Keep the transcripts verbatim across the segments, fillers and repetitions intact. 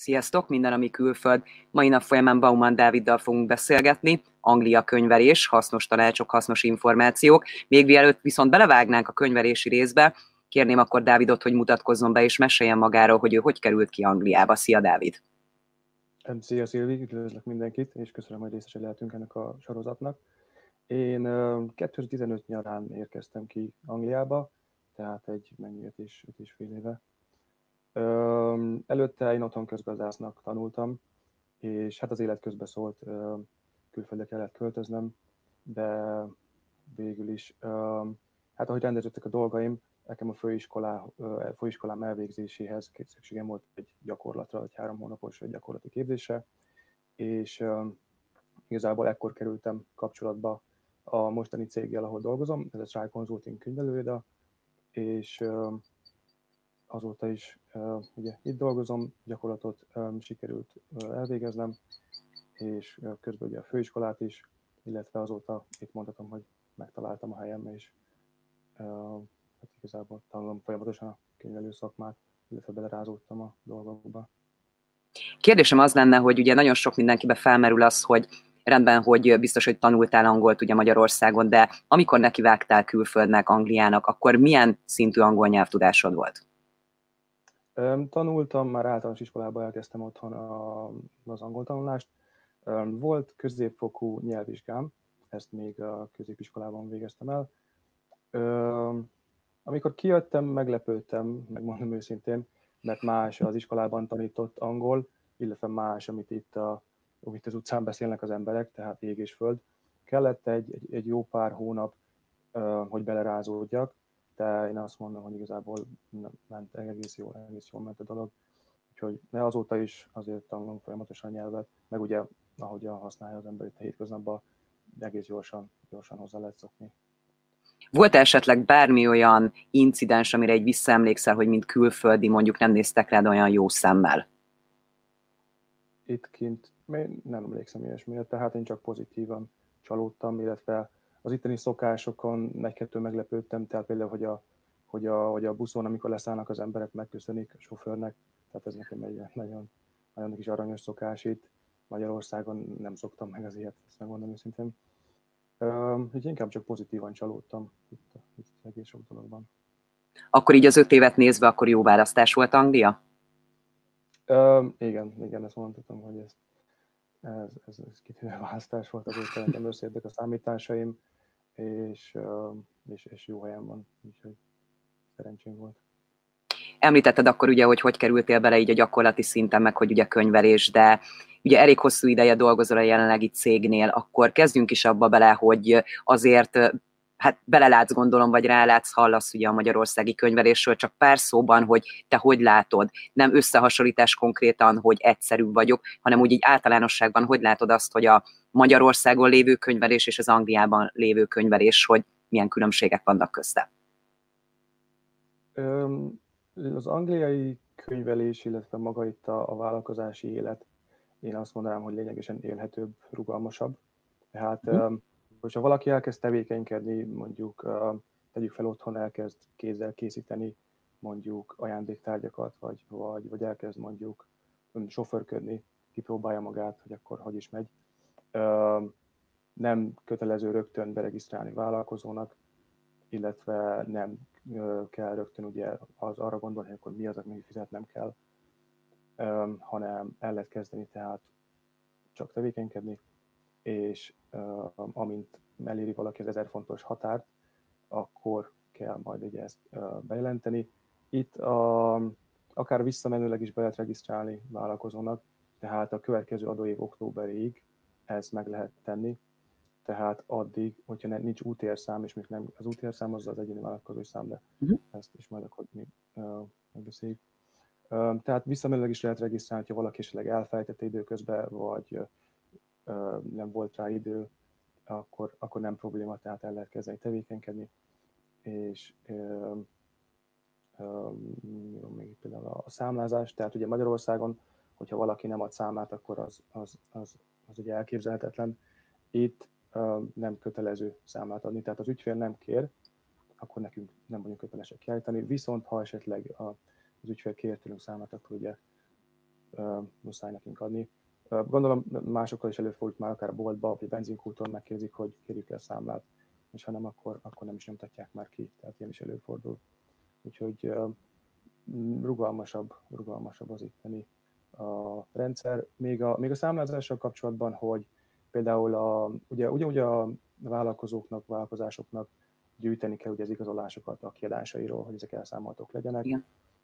Sziasztok, minden, ami külföld. Mai nap folyamán Baumann Dáviddal fogunk beszélgetni. Anglia könyvelés, hasznos tanácsok, hasznos információk. Még mielőtt viszont belevágnánk a könyvelési részbe, kérném akkor Dávidot, hogy mutatkozzon be és meséljen magáról, hogy ő hogy került ki Angliába. Szia, Dávid! Szia, Szilvi! Üdvözlök mindenkit, és köszönöm, hogy részesei lehetünk ennek a sorozatnak. Én kétezer-tizenöt nyarán érkeztem ki Angliába, tehát egy mennyi öt és, öt és fél éve. Előtte én otthon közgazdásznak tanultam, és hát az élet közbe szólt, külföldre kellett költöznöm, de végül is, hát ahogy rendeződtek a dolgaim, nekem a főiskolá, főiskolám elvégzéséhez szükségem volt egy gyakorlatra, egy három hónapos gyakorlati képzésre, és igazából ekkor kerültem kapcsolatba a mostani céggel, ahol dolgozom, ez a Try Consulting könyvelőiroda, és azóta is ugye itt dolgozom, gyakorlatot sikerült elvégeznem, és közben ugye a főiskolát is, illetve azóta itt mondhatom, hogy megtaláltam a helyem, és hát igazából tanulom folyamatosan a könyvelő szakmát, illetve belerázódtam a dolgokba. Kérdésem az lenne, hogy ugye nagyon sok mindenkibe felmerül az, hogy rendben, hogy biztos, hogy tanultál angolt ugye Magyarországon, de amikor nekivágtál külföldnek, Angliának, akkor milyen szintű angol nyelvtudásod volt? Tanultam, már általános iskolában elkezdtem otthon a, az angol tanulást. Volt középfokú nyelvvizsgám, ezt még a középiskolában végeztem el. Amikor kijöttem, meglepődtem, megmondom őszintén, mert más az iskolában tanított angol, illetve más, amit itt, a, amit az utcán beszélnek az emberek, tehát ég és föld. Kellett egy, egy, egy jó pár hónap, hogy belerázódjak, de én azt mondom, hogy igazából ment egész jól, egész jól ment a dolog. Úgyhogy de azóta is azért tanulom folyamatosan nyelvet, meg ugye ahogyan használja az ember itt a hétköznapban, egész gyorsan, gyorsan hozzá lehet szokni. Volt esetleg bármi olyan incidens, amire egy visszaemlékszel, hogy mint külföldi mondjuk nem néztek rád olyan jó szemmel? Itt kint én nem emlékszem ilyesmire, tehát én csak pozitívan csalódtam, illetve az itteni szokásokon egy-kettő meglepődtem, tehát például, hogy a, hogy, a, hogy a buszon, amikor leszállnak az emberek, megköszönik a sofőrnek, tehát ez nekem egy nagyon, nagyon kis aranyos szokás itt. Magyarországon nem szoktam meg az ilyet, ezt megmondom őszintén. Úgyhogy inkább csak pozitívan csalódtam itt, itt az egész sok dologban. Akkor így az öt évet nézve, akkor jó választás volt Anglia? Uh, igen, igen, ezt mondhatom, hogy ez, ez, ez, ez kitűnő választás volt, azóta nekem összeértek a számításaim, és, uh, és, és jó helyen van, úgyhogy szerencsém volt. Említetted akkor ugye, hogy hogy kerültél bele így a gyakorlati szinten, meg hogy ugye könyvelés, de ugye elég hosszú ideje dolgozol a jelenlegi cégnél, akkor kezdjünk is abba bele, hogy azért hát belelátsz, gondolom, vagy rálátsz, hallasz ugye a magyarországi könyvelésről, csak pár szóban, hogy te hogy látod, nem összehasonlítás konkrétan, hogy egyszerű vagyok, hanem úgy így általánosságban, hogy látod azt, hogy a Magyarországon lévő könyvelés és az Angliában lévő könyvelés, hogy milyen különbségek vannak közte? Um, az angliai könyvelés, illetve maga itt a, a vállalkozási élet, én azt mondanám, hogy lényegesen élhetőbb, rugalmasabb. Tehát, mm. um, hogyha valaki elkezd tevékenykedni, mondjuk uh, tegyük fel otthon, elkezd kézzel készíteni mondjuk ajándéktárgyakat, vagy, vagy, vagy elkezd mondjuk um, sofőrködni, kipróbálja magát, hogy akkor hogy is megy. Uh, nem kötelező rögtön beregisztrálni vállalkozónak, illetve nem uh, kell rögtön ugye az arra gondolni, hogy akkor mi az, amit fizetnem kell, um, hanem el lehet kezdeni tehát csak tevékenykedni, és uh, amint eléri valaki az ezer fontos határt, akkor kell majd ugye ezt uh, bejelenteni. Itt a, akár visszamenőleg is be lehet regisztrálni vállalkozónak, tehát a következő adóév októberig ezt meg lehet tenni, tehát addig, hogyha ne, nincs ú té er szám, és még nem az ú té er szám az az egyéni vállalkozói szám, de uh-huh. ezt is majd akkor mi uh, megbeszéljük. Uh, tehát visszamenőleg is lehet regisztrálni, ha valaki esetleg elfelejtette időközben, vagy uh, nem volt rá idő, akkor, akkor nem probléma, tehát el lehet kezdeni tevékenykedni. És uh, uh, még például a számlázás, tehát ugye Magyarországon, hogyha valaki nem ad számlát, akkor az, az, az, az ugye elképzelhetetlen. Itt uh, nem kötelező számlát adni, tehát az ügyfél nem kér, akkor nekünk nem vagyunk kötelesek kiállítani, viszont ha esetleg a, az ügyfél kér tőlünk számlát, akkor ugye muszáj nekünk adni. Gondolom másokkal is előfordult már, akár a boltba, vagy benzinkúton megkérdezik, hogy kérjük el számlát, és ha nem, akkor, akkor nem is nyomtatják már ki, tehát ilyen is előfordul. Úgyhogy rugalmasabb, rugalmasabb az itteni a rendszer. Még a, még a számlázással kapcsolatban, hogy például a, ugye, ugyanúgy a vállalkozóknak, vállalkozásoknak gyűjteni kell ugye az igazolásokat a kiadásairól, hogy ezek elszámolhatók legyenek. Igen.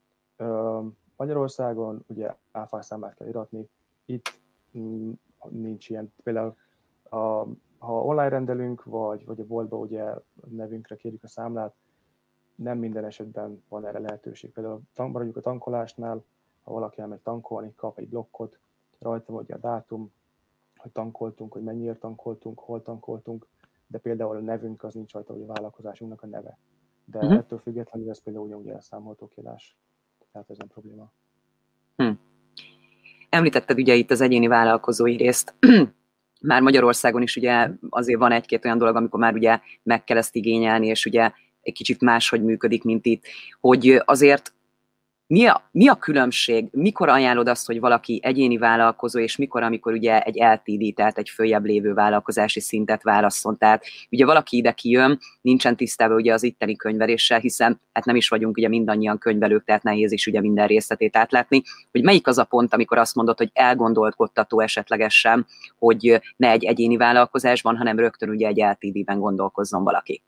Magyarországon ugye áfás számlát kell iratni, itt nincs ilyen. Például a, ha online rendelünk, vagy, vagy a boltba ugye nevünkre kérjük a számlát, nem minden esetben van erre lehetőség. Például maradjuk a tankolásnál, ha valaki elmegy tankolni, kap egy blokkot, rajta vagy a dátum, hogy tankoltunk, hogy mennyiért tankoltunk, hol tankoltunk, de például a nevünk az nincs rajta, vagy a vállalkozásunknak a neve. De uh-huh. ettől függetlenül ez például ugyanúgy elszámolható kiadás. Tehát ez nem probléma. Hm. Említetted ugye itt az egyéni vállalkozói részt. Már Magyarországon is ugye azért van egy-két olyan dolog, amikor már ugye meg kell ezt igényelni, és ugye egy kicsit máshogy működik, mint itt. Hogy azért mi a, mi a különbség, mikor ajánlod azt, hogy valaki egyéni vállalkozó, és mikor, amikor ugye egy el té dé, tehát egy följebb lévő vállalkozási szintet válasszon. Tehát ugye valaki ide kijön, nincsen tisztában ugye az itteni könyveléssel, hiszen hát nem is vagyunk ugye mindannyian könyvelők, tehát nehéz is ugye minden részletét átlátni, hogy melyik az a pont, amikor azt mondod, hogy elgondolkodtató esetlegesen, hogy ne egy egyéni vállalkozásban, hanem rögtön ugye egy el té dében gondolkozzon valaki.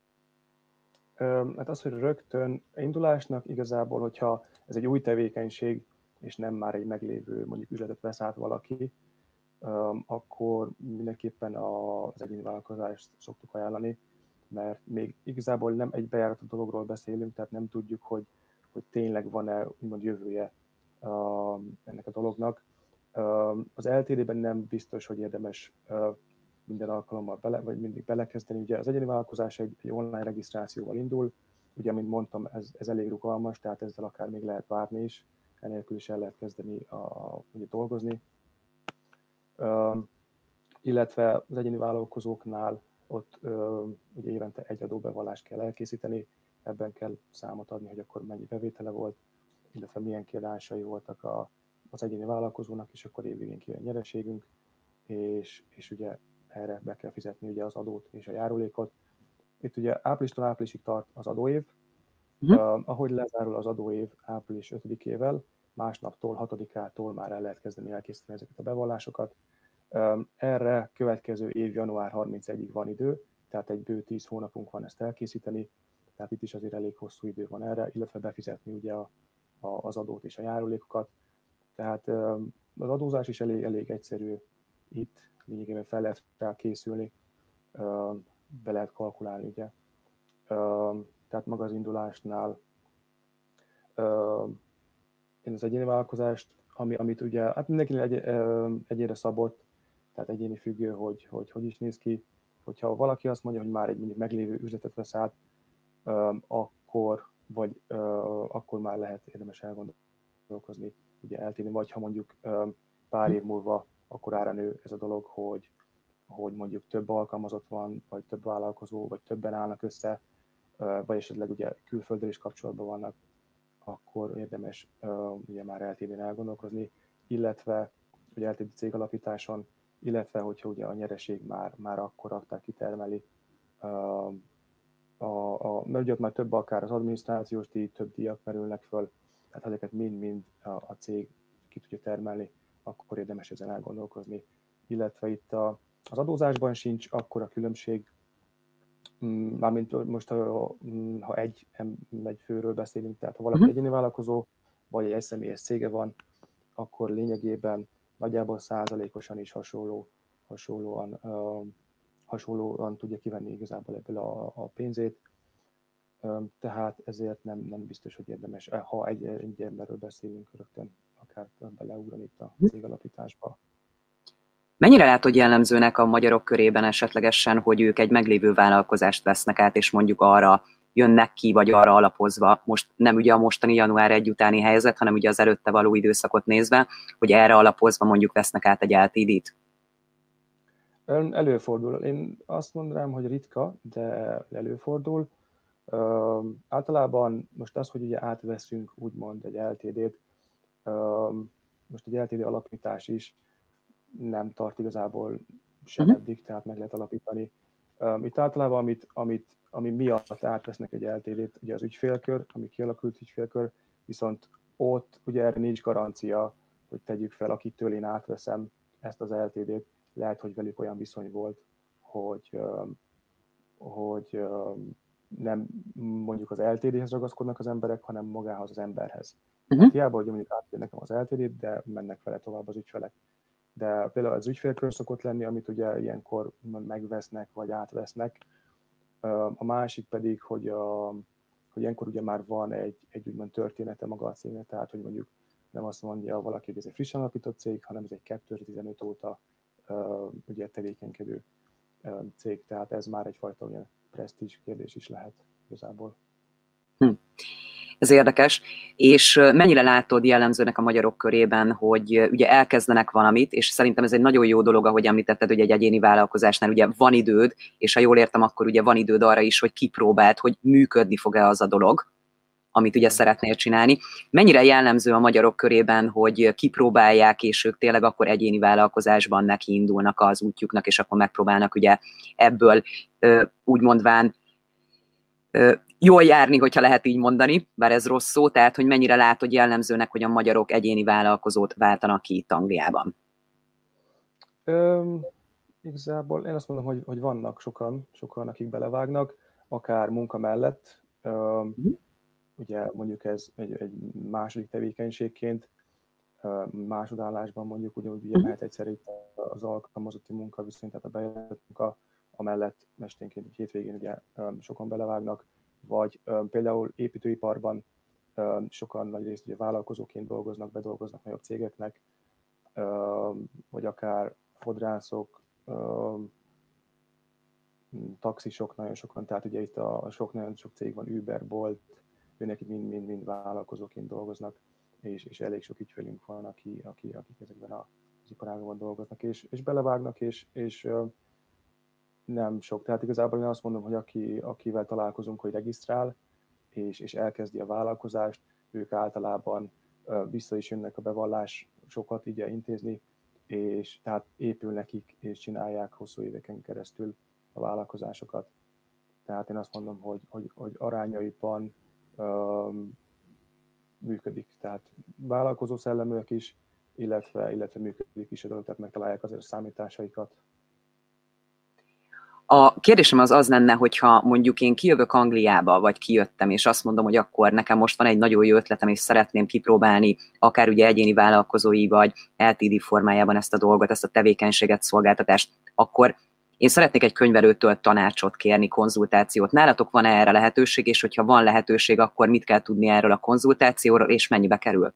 Hát az, hogy rögtön indulásnak igazából, hogyha ez egy új tevékenység, és nem már egy meglévő mondjuk üzletet vesz át valaki, akkor mindenképpen az egyéni vállalkozást szoktuk ajánlani, mert még igazából nem egy bejáratott dologról beszélünk, tehát nem tudjuk, hogy, hogy tényleg van-e úgymond jövője ennek a dolognak. Az el té dében nem biztos, hogy érdemes minden alkalommal bele, vagy mindig belekezdeni. Ugye az egyéni vállalkozás egy, egy online regisztrációval indul, ugye, mint mondtam, ez, ez elég rugalmas, tehát ezzel akár még lehet várni is, enélkül is el lehet kezdeni a, ugye, dolgozni. Uh, illetve az egyéni vállalkozóknál ott uh, ugye évente egy adóbevallást kell elkészíteni, ebben kell számot adni, hogy akkor mennyi bevétele volt, illetve milyen kiadásai voltak a, az egyéni vállalkozónak, és akkor évvégén kijön nyereségünk, és, és ugye erre be kell fizetni ugye az adót és a járulékot. Itt ugye áprilistól áprilisig tart az adóév. Uh-huh. Uh, ahogy lezárul az adóév április ötödikével, másnaptól, hatodikától már el lehet kezdeni elkészíteni ezeket a bevallásokat. Uh, erre következő év január harmincegyedikéig van idő, tehát egy bő tíz hónapunk van ezt elkészíteni, tehát itt is azért elég hosszú idő van erre, illetve befizetni ugye a, a, az adót és a járulékokat. Tehát uh, az adózás is elég, elég egyszerű itt, lényegében fel lehet rá készülni, uh, be lehet kalkulálni ugye. Uh, tehát maga az indulásnál uh, én az egyéni vállalkozást, ami, amit ugye, hát mindenki egy, uh, egyénre szabott, tehát egyéni függő, hogy, hogy hogy is néz ki. Hogyha valaki azt mondja, hogy már egy mondjuk meglévő üzletet vesz át, uh, akkor, vagy uh, akkor már lehet érdemes elgondolkozni, ugye eltérni, vagy ha mondjuk uh, pár év múlva akkor ára nő ez a dolog, hogy, hogy mondjuk több alkalmazott van, vagy több vállalkozó, vagy többen állnak össze, vagy esetleg ugye külfölddel is kapcsolatban vannak, akkor érdemes ugye már el té dén elgondolkozni, illetve ugye el té dé cég alapításon, illetve hogyha ugye a nyereség már, már akkor akár kitermeli, a, a, mert ugye ott már több akár az adminisztrációs díj, több díjak merülnek föl, tehát ezeket mind-mind a, a cég ki tudja termelni, akkor érdemes ezen elgondolkozni. Illetve itt a, az adózásban sincs akkora különbség, mármint most, ha egy, egy főről beszélünk, tehát ha valaki uh-huh. egyéni vállalkozó, vagy egy egyszemélyes cége van, akkor lényegében nagyjából százalékosan is hasonló, hasonlóan, uh, hasonlóan tudja kivenni igazából ebből a, a pénzét. Um, tehát ezért nem, nem biztos, hogy érdemes, ha egy, egy emberről beszélünk, rögtön akár beleugrani itt a cégalapításba. Mennyire látod jellemzőnek a magyarok körében esetlegesen, hogy ők egy meglévő vállalkozást vesznek át, és mondjuk arra jönnek ki, vagy arra alapozva, most nem ugye a mostani január elseje utáni helyzet, hanem ugye az előtte való időszakot nézve, hogy erre alapozva mondjuk vesznek át egy el té dét? Előfordul. Én azt mondanám, hogy ritka, de előfordul. Uh, általában most az, hogy ugye átveszünk úgymond egy el té dét, uh, most egy el té dé alapítás is nem tart igazából sem Uh-huh. eddig, tehát meg lehet alapítani. Itt általában, amit, amit, ami miatt átvesznek egy el té dét, ugye az ügyfélkör, ami kialakult ügyfélkör, viszont ott ugye erre nincs garancia, hogy tegyük fel, akitől én átveszem ezt az el té dét, lehet, hogy velük olyan viszony volt, hogy, hogy nem mondjuk az el té déhez ragaszkodnak az emberek, hanem magához az emberhez. Uh-huh. Tehát hiába, hogy mondjuk átvéd nekem az el té dét, de mennek vele tovább az ügyfelek. De például az ügyfélkör szokott lenni, amit ugye ilyenkor megvesznek, vagy átvesznek. A másik pedig, hogy, a, hogy ilyenkor ugye már van egy, egy úgymond története maga a cégnek, tehát hogy mondjuk nem azt mondja valaki, hogy ez egy frissen alapított cég, hanem ez egy kétezer-tizenöt óta uh, ugye tevékenykedő uh, cég, tehát ez már egyfajta ugye presztízs kérdés is lehet igazából. Hm. Ez érdekes, és mennyire látod jellemzőnek a magyarok körében, hogy ugye elkezdenek valamit, és szerintem ez egy nagyon jó dolog, ahogy említetted, hogy egy egyéni vállalkozásnál ugye van időd, és ha jól értem, akkor ugye van időd arra is, hogy kipróbáld, hogy működni fog-e az a dolog, amit ugye szeretnél csinálni. Mennyire jellemző a magyarok körében, hogy kipróbálják, és ők tényleg akkor egyéni vállalkozásban neki indulnak az útjuknak, és akkor megpróbálnak ugye ebből úgy mondván jól járni, hogyha lehet így mondani, bár ez rossz szó, tehát hogy mennyire látod jellemzőnek, hogy a magyarok egyéni vállalkozót váltanak ki itt Angliában? Öm, igazából én azt mondom, hogy, hogy vannak sokan, sokan, akik belevágnak, akár munka mellett, öm, uh-huh. ugye mondjuk ez egy, egy második tevékenységként, másodállásban mondjuk ugyanúgy ugye uh-huh. mehet egyszer itt az alkalmazotti munka, viszont tehát a bejelentett munka, amellett esténként, hétvégén ugye sokan belevágnak, vagy például építőiparban sokan nagyrészt ugye vállalkozóként dolgoznak, bedolgoznak nagyobb cégeknek, vagy akár fodrászok, taxisok nagyon sokan, tehát ugye itt a sok, nagyon sok cég van, Uber, Bolt, őnek mind-mind vállalkozóként dolgoznak, és, és elég sok ügyfelünk van, aki, aki, akik ezekben az iparágban dolgoznak, és, és belevágnak, és, és nem sok. Tehát igazából én azt mondom, hogy aki, akivel találkozunk, hogy regisztrál, és, és elkezdi a vállalkozást, ők általában vissza is jönnek a bevallásokat így intézni, és tehát épül nekik, és csinálják hosszú éveken keresztül a vállalkozásokat. Tehát én azt mondom, hogy, hogy, hogy arányaiban um, működik. Tehát vállalkozó szelleműek is, illetve, illetve működik is a dolog, tehát megtalálják azért a számításaikat. A kérdésem az az lenne, hogyha mondjuk én kijövök Angliába, vagy kijöttem, és azt mondom, hogy akkor nekem most van egy nagyon jó ötletem, és szeretném kipróbálni, akár ugye egyéni vállalkozói, vagy el té dé formájában ezt a dolgot, ezt a tevékenységet, szolgáltatást, akkor én szeretnék egy könyvelőtől tanácsot kérni, konzultációt. Nálatok van erre lehetőség, és hogyha van lehetőség, akkor mit kell tudni erről a konzultációról, és mennyibe kerül?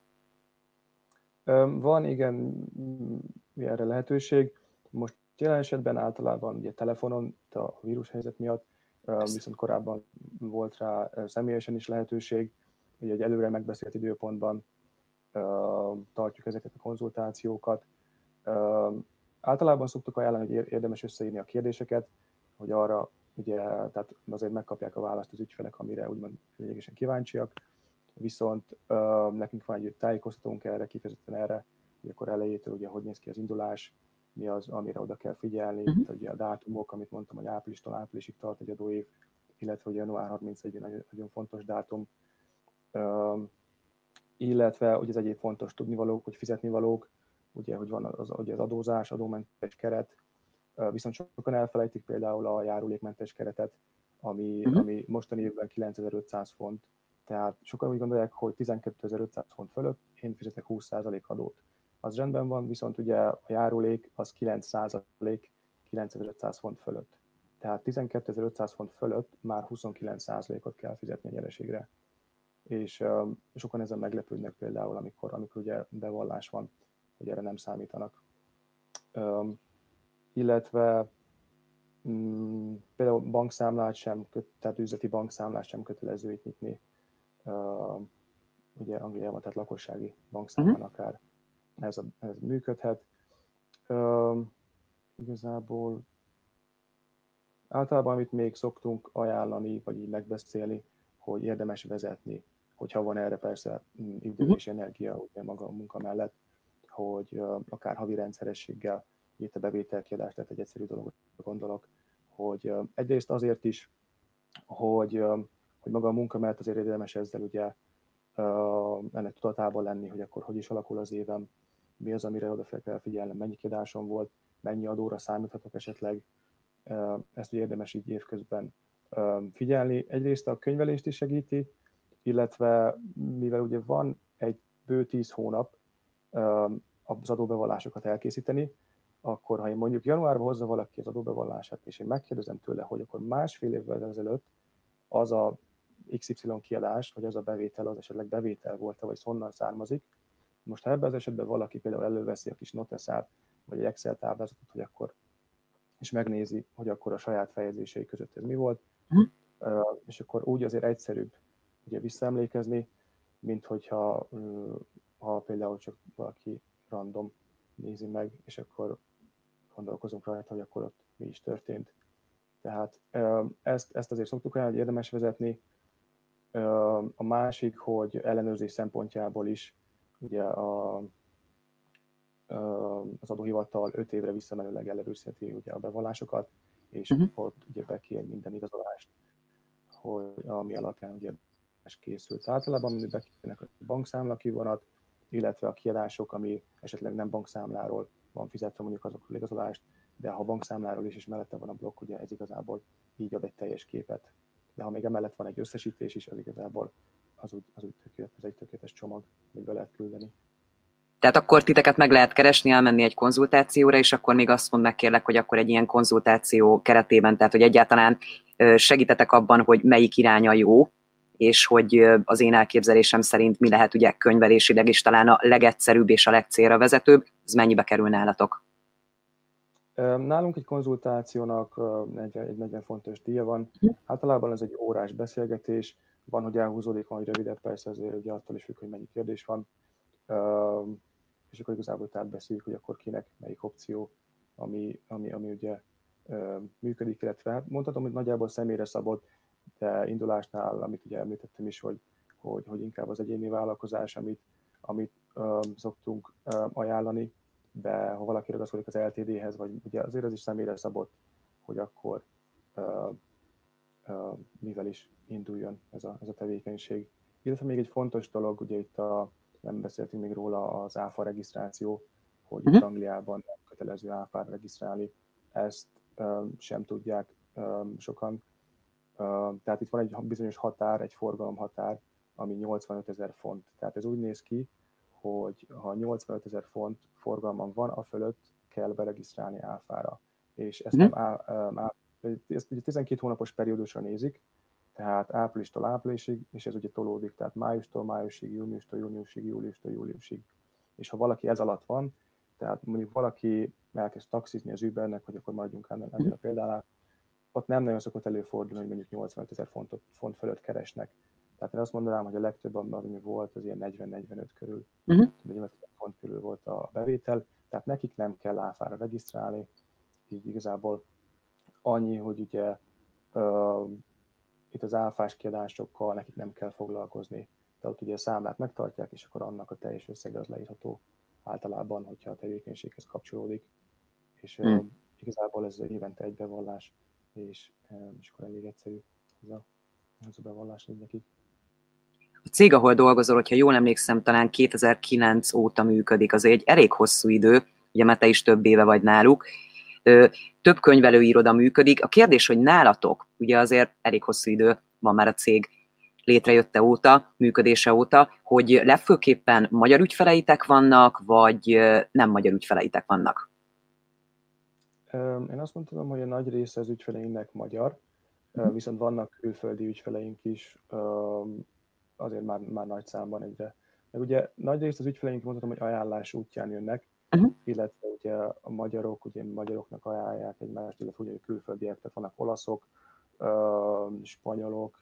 Van, igen, erre lehetőség. Most jelen esetben általában ugye telefonon, a vírushelyzet miatt, viszont korábban volt rá személyesen is lehetőség, hogy egy előre megbeszélt időpontban tartjuk ezeket a konzultációkat. Általában szoktuk ajánlani, hogy érdemes összeírni a kérdéseket, hogy arra ugye, tehát azért megkapják a választ az ügyfelek, amire úgymond lényegesen kíváncsiak, viszont nekünk van egy tájékoztatónk erre, kifejezetten erre, hogy akkor elejétől ugye hogy néz ki az indulás, mi az, amire oda kell figyelni, uh-huh. tehát ugye a dátumok, amit mondtam, hogy áprilistól áprilisig tart egy adóév, illetve hogy január harmincegyedike nagyon, nagyon fontos dátum, uh, illetve hogy az egyéb fontos tudnivalók, hogy fizetnivalók, ugye, hogy van az, ugye az adózás, adómentes keret, uh, viszont sokan elfelejtik például a járulékmentes keretet, ami, uh-huh. ami mostani évben kilencezer-ötszáz font, tehát sokan úgy gondolják, hogy tizenkétezer-ötszáz font fölött én fizetek húsz százalék adót. Az rendben van, viszont ugye a járulék az kilenc százalék kilencezer-ötszáz font fölött. Tehát tizenkétezer-ötszáz font fölött már huszonkilenc százalékot kell fizetni a nyereségre. És um, sokan ezen meglepődnek például, amikor, amikor ugye bevallás van, hogy erre nem számítanak. Um, illetve um, például bankszámlát sem, tehát üzleti bankszámlát sem kötelező itt nyitni. Uh, ugye Angliában, tehát lakossági bankszámlán uh-huh. akár ez, a, ez működhet. Uh, igazából általában, amit még szoktunk ajánlani, vagy így megbeszélni, hogy érdemes vezetni, hogyha van erre persze idő és energia ugye maga a munka mellett, hogy akár havi rendszerességgel itt a bevételkiadást, tehát egy egyszerű dologra gondolok, hogy egyrészt azért is, hogy, hogy maga a munka mellett azért érdemes ezzel ugye ennek tudatában lenni, hogy akkor hogy is alakul az évem, mi az, amire oda fel kell figyelnem, mennyi kiadásom volt, mennyi adóra számíthatok esetleg, ezt ugye érdemes így évközben figyelni. Egyrészt a könyvelést is segíti, illetve mivel ugye van egy bő tíz hónap az adóbevallásokat elkészíteni, akkor ha én mondjuk januárban hozza valaki az adóbevallását, és én megkérdezem tőle, hogy akkor másfél évvel ezelőtt az a iksz ipszilon kiadás, vagy az a bevétel, az esetleg bevétel volt, vagy honnan származik. Most ha ebben az esetben valaki például előveszi a kis noteszát, vagy egy Excel táblázatot, hogy akkor és megnézi, hogy akkor a saját fejezései között ez mi volt, mm. és akkor úgy azért egyszerűbb ugye visszaemlékezni, mint hogyha ha például csak valaki random nézi meg, és akkor gondolkozunk rajta, hogy akkor ott mi is történt. Tehát ezt, ezt azért szoktuk olyan, hogy érdemes vezetni. A másik, hogy ellenőrzés szempontjából is ugye a, az adóhivatal öt évre visszamenőleg ellenőrizheti ugye a bevallásokat, és uh-huh. ott ugye bekér minden igazolást, hogy ami alapján ugye készült. Általában bekérnek a bankszámla kivonat, illetve a kiadások, ami esetleg nem bankszámláról van fizetve, mondjuk azokról igazolást, de ha bankszámláról is, és mellette van a blokk, ugye ez igazából így ad egy teljes képet. De ha még emellett van egy összesítés is, az igazából az úgy, az úgy tökéletes, ez egy tökéletes csomag, amit be lehet küldeni. Tehát akkor titeket meg lehet keresni, elmenni egy konzultációra, és akkor még azt mondd meg kérlek, hogy akkor egy ilyen konzultáció keretében, tehát hogy egyáltalán segítetek abban, hogy melyik iránya jó, és hogy az én elképzelésem szerint mi lehet ugye könyvelésileg is talán a legegyszerűbb és a legcélra vezetőbb, ez mennyibe kerül nálatok? Nálunk egy konzultációnak egy negyven fontos díja van. Általában ez egy órás beszélgetés, van, hogy elhúzódik, van, hogy rövidebb, persze azért ugye attól is függ, hogy mennyi kérdés van. És akkor igazából átbeszéljük, hogy akkor kinek melyik opció, ami, ami, ami ugye működik, illetve mondhatom, hogy nagyjából személyre szabott, de indulásnál, amit ugye említettem is, hogy, hogy, hogy inkább az egyéni vállalkozás, amit, amit um, szoktunk um, ajánlani, de ha valaki ragaszkodik az el té dé-hez, vagy ugye azért az is személyre szabott, hogy akkor uh, uh, mivel is induljon ez a, ez a tevékenység. Illetve még egy fontos dolog, ugye itt a, nem beszéltünk még róla, az áfa regisztráció, hogy uh-huh. itt Angliában nem kötelező áfára regisztrálni, ezt um, sem tudják um, sokan. Tehát itt van egy bizonyos határ, egy forgalomhatár, ami nyolcvanöt ezer font. Tehát ez úgy néz ki, hogy ha nyolcvanöt ezer font forgalmam van, a fölött kell beregisztrálni áfára. És ezt nem á, á, ezt ugye tizenkét hónapos periódusra nézik, tehát áprilistól áprilisig, és ez ugye tolódik, tehát májustól májusig, júniustól júniusig, júliustól júliusig. És ha valaki ez alatt van, tehát mondjuk valaki elkezd taxizni az Ubernek, hogy akkor maradjunk ennél a példánál, ott nem nagyon szokott előfordulni, hogy mondjuk nyolcvanöt ezer fontot, font fölött keresnek. Tehát én azt mondanám, hogy a legtöbb, ami volt, az ilyen negyven-negyvenöt körül, uh-huh. negyvenöt font körül volt a bevétel, tehát nekik nem kell áfára regisztrálni, így igazából annyi, hogy ugye uh, itt az áfás kiadásokkal nekik nem kell foglalkozni, de ott ugye a számlát megtartják, és akkor annak a teljes összege az leírható általában, hogyha a tevékenységhez kapcsolódik, és uh, hmm. igazából ez évente egy bevallás, és, és akkor elég egyszerű ez a, ez a bevallás nekik. A cég, ahol dolgozol, hogyha jól emlékszem, talán kétezer-kilenc óta működik, az egy elég hosszú idő, ugye mert te is több éve vagy náluk, több könyvelőiroda működik. A kérdés, hogy nálatok, ugye azért elég hosszú idő van már a cég létrejötte óta, működése óta, hogy legfőképpen magyar ügyfeleitek vannak, vagy nem magyar ügyfeleitek vannak? Én azt mondtam, hogy a nagy része az ügyfeleinknek magyar, viszont vannak külföldi ügyfeleink is, azért már, már nagy számban egyre. Meg ugye nagy része az ügyfeleink, mondhatom, hogy ajánlás útján jönnek, uh-huh. illetve ugye a magyarok, ugye magyaroknak ajánlják egymást, illetve ugye a külföldiek, tehát vannak olaszok, spanyolok,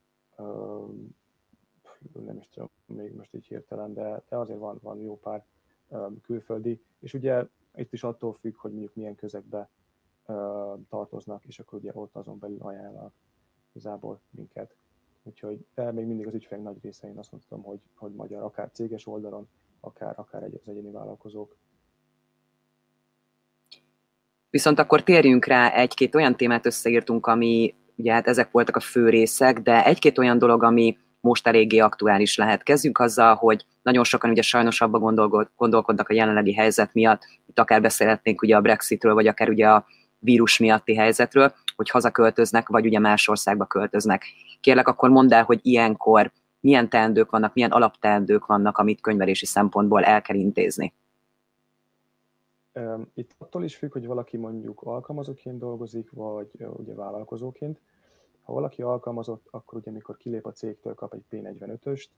nem is tudom még most így hirtelen, de, de azért van, van jó pár külföldi, és ugye itt is attól függ, hogy mondjuk milyen közegbe uh, tartoznak, és akkor ugye ott azon belül ajánlanak igazából minket. Úgyhogy de még mindig az ügyfelek nagy része, én azt mondtam, hogy, hogy magyar, akár céges oldalon, akár, akár egy, az egyéni vállalkozók. Viszont akkor térjünk rá, egy-két olyan témát összeírtunk, ami, ugye hát ezek voltak a fő részek, de egy-két olyan dolog, ami most eléggé aktuális lehet. Kezdjünk azzal, hogy nagyon sokan ugye sajnos abba gondolkodnak a jelenlegi helyzet miatt, itt akár beszélhetnénk ugye a Brexitről, vagy akár ugye a vírus miatti helyzetről, hogy hazaköltöznek, vagy ugye más országba költöznek. Kérlek, akkor mondd el, hogy ilyenkor milyen teendők vannak, milyen alapteendők vannak, amit könyvelési szempontból el kell intézni. Itt attól is függ, hogy valaki mondjuk alkalmazottként dolgozik, vagy ugye vállalkozóként. Ha valaki alkalmazott, akkor ugye amikor kilép a cégtől, kap egy P negyvenötöst.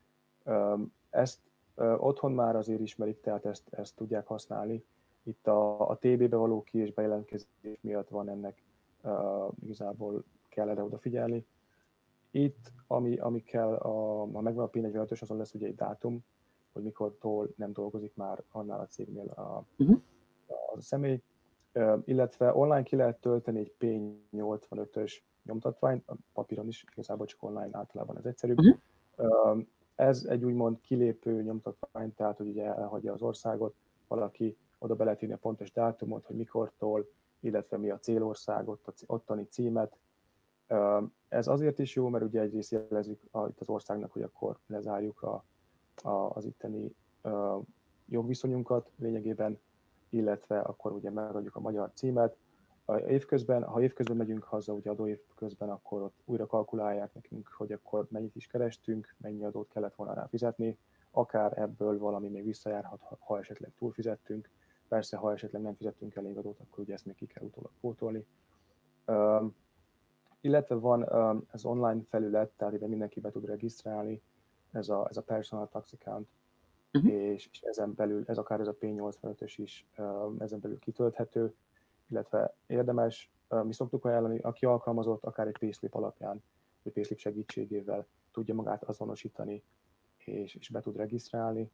Ezt otthon már azért ismerik, tehát ezt, ezt tudják használni. Itt a, a té bé-be való ki- és bejelentkezés miatt van ennek uh, igazából kell erre odafigyelni. Itt, ami, ami kell, a, ha megvan a P negyvenötös, azon lesz ugye egy dátum, hogy mikortól nem dolgozik már annál a cégnél a, uh-huh. a személy. Uh, illetve online ki lehet tölteni egy P nyolcvanötös nyomtatványt, a papíron is, igazából csak online általában ez egyszerűbb. Uh-huh. Uh, ez egy úgymond kilépő nyomtatvány, tehát hogy ugye elhagyja az országot, valaki oda be lehet írni a pontos dátumot, hogy mikortól, illetve mi a célország, ott a ottani címet. Ez azért is jó, mert ugye egyrészt jelezzük itt az országnak, hogy akkor lezárjuk a, a, az itteni a jogviszonyunkat lényegében, illetve akkor ugye megadjuk a magyar címet. A évközben, ha évközben megyünk haza, ugye adóév közben, akkor ott újra kalkulálják nekünk, hogy akkor mennyit is kerestünk, mennyi adót kellett volna rá fizetni, akár ebből valami még visszajárhat, ha esetleg túlfizettünk. Persze, ha esetleg nem fizettünk elég adót, akkor ugye ezt még ki kell utólag pótolni. Um, illetve van um, ez online felület, tehát ide mindenki be tud regisztrálni, ez a, ez a Personal Tax Account, uh-huh. és, és ezen belül, ez akár ez a P nyolcvanötös is um, ezen belül kitölthető, illetve érdemes, mi szoktuk ajánlani, aki alkalmazott, akár egy payslip alapján, vagy payslip segítségével tudja magát azonosítani, és, és be tud regisztrálni.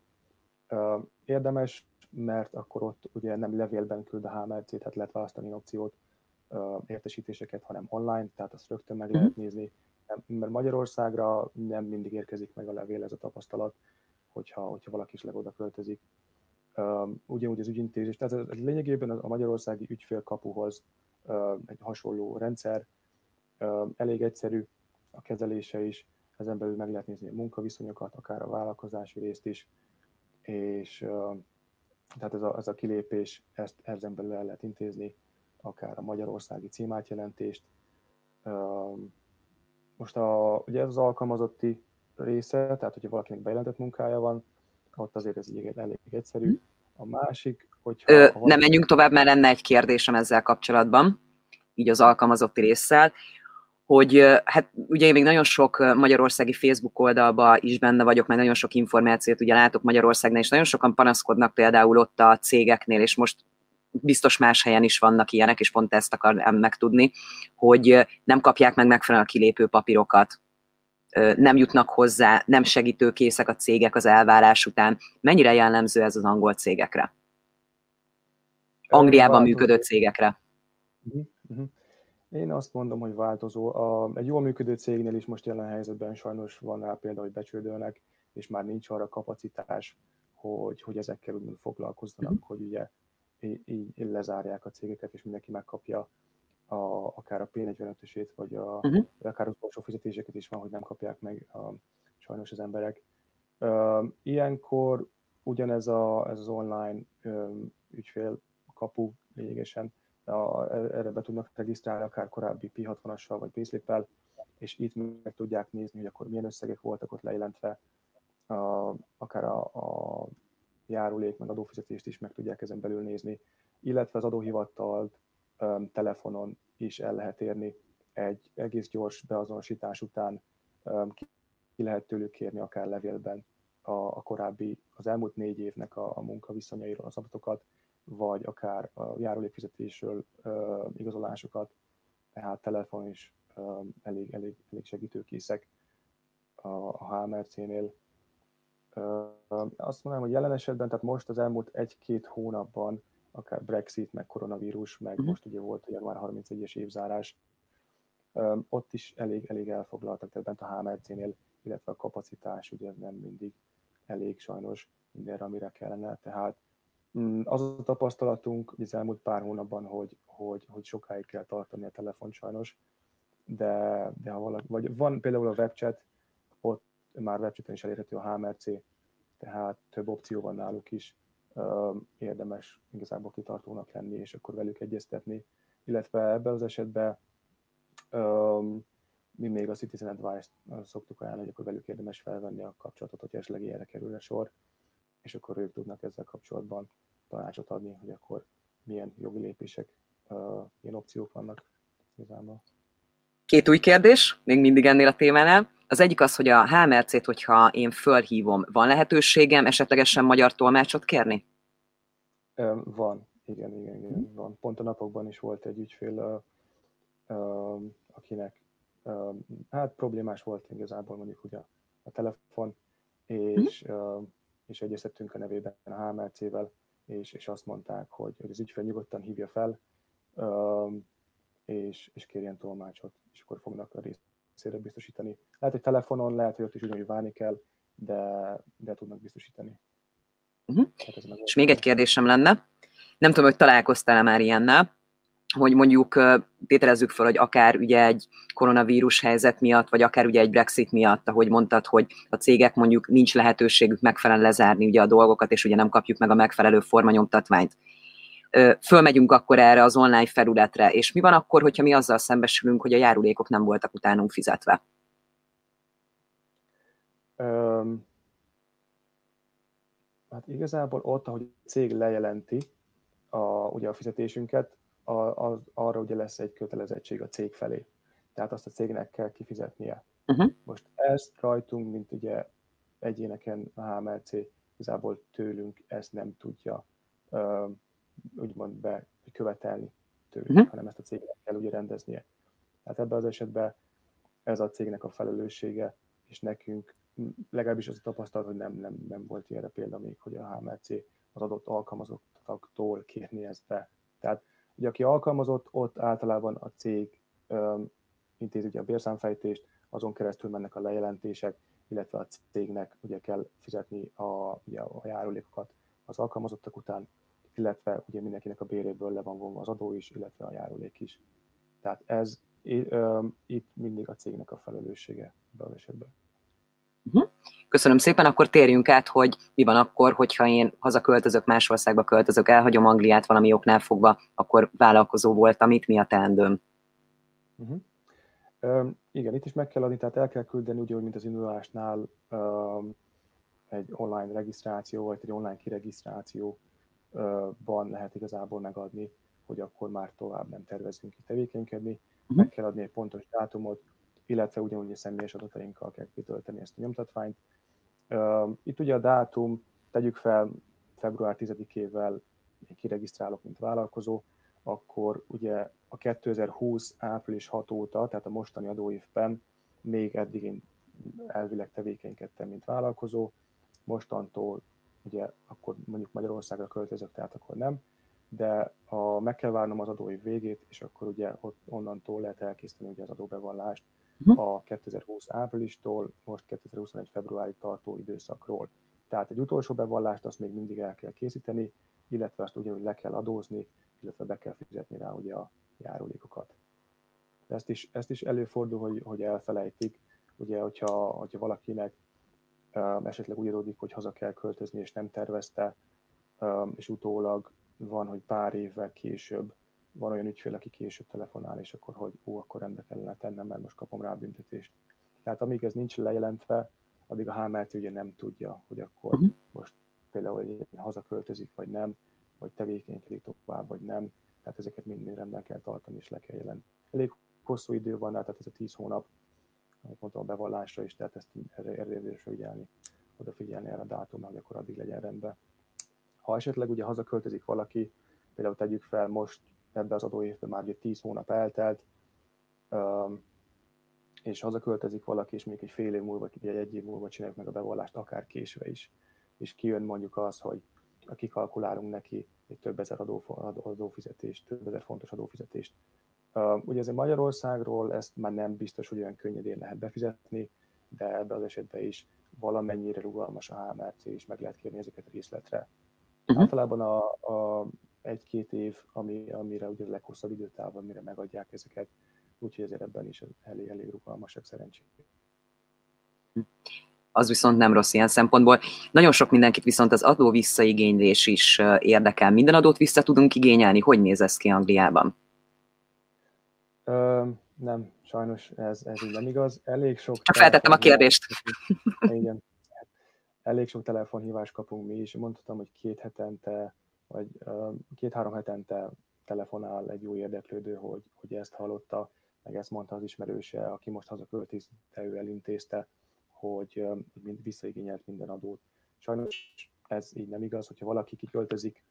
Érdemes, mert akkor ott ugye nem levélben küld a há em er cé, tehát lehet választani opciót, értesítéseket, hanem online, tehát azt rögtön meg lehet nézni. Mert Magyarországra nem mindig érkezik meg a levél, ez a tapasztalat, hogyha, hogyha valaki is oda költözik. Uh, ugyanúgy az ügyintézés, tehát ez lényegében a magyarországi ügyfélkapuhoz uh, egy hasonló rendszer, uh, elég egyszerű a kezelése is, ezen belül meg lehet nézni a munkaviszonyokat, akár a vállalkozási részt is, és uh, tehát ez a, ez a kilépés, ezt ezen belül el lehet intézni, akár a magyarországi címátjelentést. Uh, most a, ugye ez az alkalmazotti része, tehát hogyha valakinek bejelentett munkája van, ott azért ez elég, elég egyszerű. A másik, hogyha... Ö, nem menjünk tovább, mert lenne egy kérdésem ezzel kapcsolatban, így az alkalmazotti résszel, hogy hát ugye én még nagyon sok magyarországi Facebook oldalban is benne vagyok, meg nagyon sok információt ugye látok Magyarországnál, és nagyon sokan panaszkodnak például ott a cégeknél, és most biztos más helyen is vannak ilyenek, és pont ezt akarnám megtudni, hogy nem kapják meg megfelelően a kilépő papírokat, nem jutnak hozzá, nem segítőkészek a cégek az elvárás után. Mennyire jellemző ez az angol cégekre? Angliában működő cégekre? Uh-huh, uh-huh. Én azt mondom, hogy változó. A, egy jól működő cégnél is most jelen helyzetben sajnos van rá példa, hogy becsődölnek, és már nincs arra kapacitás, hogy, hogy ezekkel úgymond foglalkozzanak, uh-huh. hogy ugye így, így lezárják a cégeket, és mindenki megkapja a, akár a P negyvenötösét, vagy, a, uh-huh. vagy akár az utolsó fizetéseket is van, hogy nem kapják meg a, sajnos az emberek. Uh, ilyenkor ugyanez a, ez az online um, ügyfélkapu lényegesen, a, erre be tudnak regisztrálni akár korábbi P hatvanas-sal vagy payslip-el, és itt meg tudják nézni, hogy akkor milyen összegek voltak ott lejelentve, a, akár a, a járulék, meg adófizetést is meg tudják ezen belül nézni, illetve az adóhivatalt um, telefonon is el lehet érni egy egész gyors beazonosítás után, um, ki, ki lehet tőlük kérni akár levélben a, a korábbi, az elmúlt négy évnek a, a munkaviszonyairól az adatokat, vagy akár a járulékfizetésről uh, igazolásokat, tehát telefon is uh, elég, elég, elég segítőkészek a, a há em er cé-nél. Uh, azt mondanám, hogy jelen esetben, tehát most az elmúlt egy-két hónapban, akár Brexit, meg koronavírus, meg uh-huh. most ugye volt a január harmincegyes évzárás, um, ott is elég, elég elfoglaltak, tehát bent a há em er cé-nél, illetve a kapacitás ugye nem mindig elég sajnos mindenre, amire kellene. Tehát az a tapasztalatunk hogy az elmúlt pár hónapban, hogy, hogy, hogy sokáig kell tartani a telefon sajnos, de, de ha valaki, vagy van például a webchat, ott már webchaten is elérhető a há em er cé, tehát több opció van náluk is, érdemes igazából kitartónak lenni, és akkor velük egyeztetni, illetve ebben az esetben mi még a Citizen Advice-t szoktuk ajánlani, hogy akkor velük érdemes felvenni a kapcsolatot, hogy esetleg ilyenre kerülne sor, és akkor ők tudnak ezzel kapcsolatban tanácsot adni, hogy akkor milyen jogi lépések, milyen opciók vannak igazából. Két új kérdés, még mindig ennél a témánál. Az egyik az, hogy a há em er cét, hogyha én fölhívom, van lehetőségem esetlegesen magyar tolmácsot kérni? Van, igen, igen, igen, van. Pont a napokban is volt egy ügyfél, akinek hát problémás volt igazából mondjuk ugye a telefon, és, és egyeztettünk a nevében a há em er cével, és, és azt mondták, hogy, hogy az ügyfél nyugodtan hívja fel, és, és kérjen tolmácsot, és akkor fognak a részére biztosítani. Lehet, hogy telefonon, lehet, hogy ott is ugyanúgy várni kell, de, de tudnak biztosítani. Uh-huh. És még egy kérdésem lenne, nem tudom, hogy találkoztál már ilyennel, hogy mondjuk tételezzük fel, hogy akár ugye egy koronavírus helyzet miatt, vagy akár ugye egy Brexit miatt, ahogy mondtad, hogy a cégek mondjuk nincs lehetőségük megfelelően lezárni ugye a dolgokat, és ugye nem kapjuk meg a megfelelő formanyomtatványt. Fölmegyünk akkor erre az online felületre, és mi van akkor, hogyha mi azzal szembesülünk, hogy a járulékok nem voltak utánunk fizetve? Um, hát igazából ott, ahogy a cég lejelenti a, ugye a fizetésünket, a, az, arra ugye lesz egy kötelezettség a cég felé. Tehát azt a cégnek kell kifizetnie. Uh-huh. Most ezt rajtunk, mint ugye egyéneken a há em er cé igazából tőlünk ezt nem tudja uh, úgymond bekövetelni tőlünk, uh-huh. hanem ezt a cégnek kell ugye rendeznie. Tehát ebben az esetben ez a cégnek a felelőssége, és nekünk legalábbis az a tapasztalat, hogy nem, nem, nem volt ilyenre példa még, hogy a há em er cé az adott alkalmazottaktól kérni ezt be. Tehát ugye aki alkalmazott, ott általában a cég um, intézi ugye a bérszámfejtést, azon keresztül mennek a lejelentések, illetve a cégnek ugye kell fizetni a, ugye a járulékokat az alkalmazottak után, illetve ugye mindenkinek a béréből le van vonva az adó is, illetve a járulék is. Tehát ez itt mindig a cégnek a felelőssége ebben az esetben. Köszönöm szépen, akkor térjünk át, hogy mi van akkor, hogyha én hazaköltözök, más országba költözök, elhagyom Angliát valami oknál fogva, akkor vállalkozó voltam, itt mi a teendőm? Uh-huh. Um, igen, itt is meg kell adni, tehát el kell küldeni ugyanúgy, mint az indulásnál um, egy online regisztráció, vagy egy online kiregisztrációban uh, lehet igazából megadni, hogy akkor már tovább nem tervezünk ki tevékenykedni. Uh-huh. Meg kell adni egy pontos dátumot, illetve ugyanúgy a személyes adatainkkal kell kitölteni ezt a nyomtatványt. Uh, itt ugye a dátum, tegyük fel február tizedikével én kiregisztrálok, mint vállalkozó, akkor ugye a kétezer-húsz április hat óta, tehát a mostani adóévben még eddig én elvileg tevékenykedtem, mint vállalkozó, mostantól ugye akkor mondjuk Magyarországra költözök, tehát akkor nem, de a, meg kell várnom az adóév végét, és akkor ugye ott, onnantól lehet elkészíteni ugye az adóbevallást a kétezer-húsz áprilistól, most kétezer-huszonegy februárig tartó időszakról. Tehát egy utolsó bevallást azt még mindig el kell készíteni, illetve azt ugyanúgy le kell adózni, illetve be kell fizetni rá ugye a járulékokat. Ezt is, ezt is előfordul, hogy, hogy elfelejtik, ugye, hogyha, hogyha valakinek um, esetleg úgy adódik, hogy haza kell költözni, és nem tervezte, um, és utólag van, hogy pár évvel később van olyan ügyfél, aki később telefonál, és akkor, hogy ó, akkor rendbe kellene tennem, mert most kapom rá a büntetést. Tehát amíg ez nincs lejelentve, addig a há em er cé ugye nem tudja, hogy akkor uh-huh. most például hazaköltözik, vagy nem, vagy tevékenykedik tovább, vagy nem. Tehát ezeket mind rendben kell tartani, és le kell jelenteni. Elég hosszú idő van, tehát ez a tíz hónap, amit mondtam a bevallásra is, tehát ezt erre érdemes figyelni, odafigyelni erre a dátumra, hogy akkor addig legyen rendben. Ha esetleg ugye hazaköltözik valaki, például tegyük fel most ebben az adóévben már ugye tíz hónap eltelt, és hazaköltözik valaki, és még egy fél év múlva, vagy egy év múlva csináljuk meg a bevallást, akár késve is, és kijön mondjuk az, hogy kikalkulálunk neki egy több ezer adó, adófizetést, több ezer fontos adófizetést. Ugye ez Magyarországról ezt már nem biztos, hogy olyan könnyedén lehet befizetni, de ebben az esetben is valamennyire rugalmas a há em er cé, és meg lehet kérni ezeket részletre. Uh-huh. Általában a, a egy-két év, ami, amire ugye a leghosszabb időtáv, amire megadják ezeket, úgyhogy ezért ebben is elég, elég rugalmasak szerencsére. Az viszont nem rossz ilyen szempontból. Nagyon sok mindenkit viszont az adó visszaigénylés is érdekel. Minden adót vissza tudunk igényelni? Hogy néz ez ki Angliában? Ö, nem, sajnos ez, ez így nem igaz. Elég sok Csak feltettem a kérdést. Igen. Elég sok telefonhívást kapunk mi is. Mondhatom, hogy két hetente, vagy két-három hetente telefonál egy új érdeklődő, hogy, hogy ezt hallotta, meg ezt mondta az ismerőse, aki most hazaköltözik, de ő elintézte, hogy mind visszaigényelt minden adót. Sajnos ez így nem igaz, hogyha valaki kiköltözik,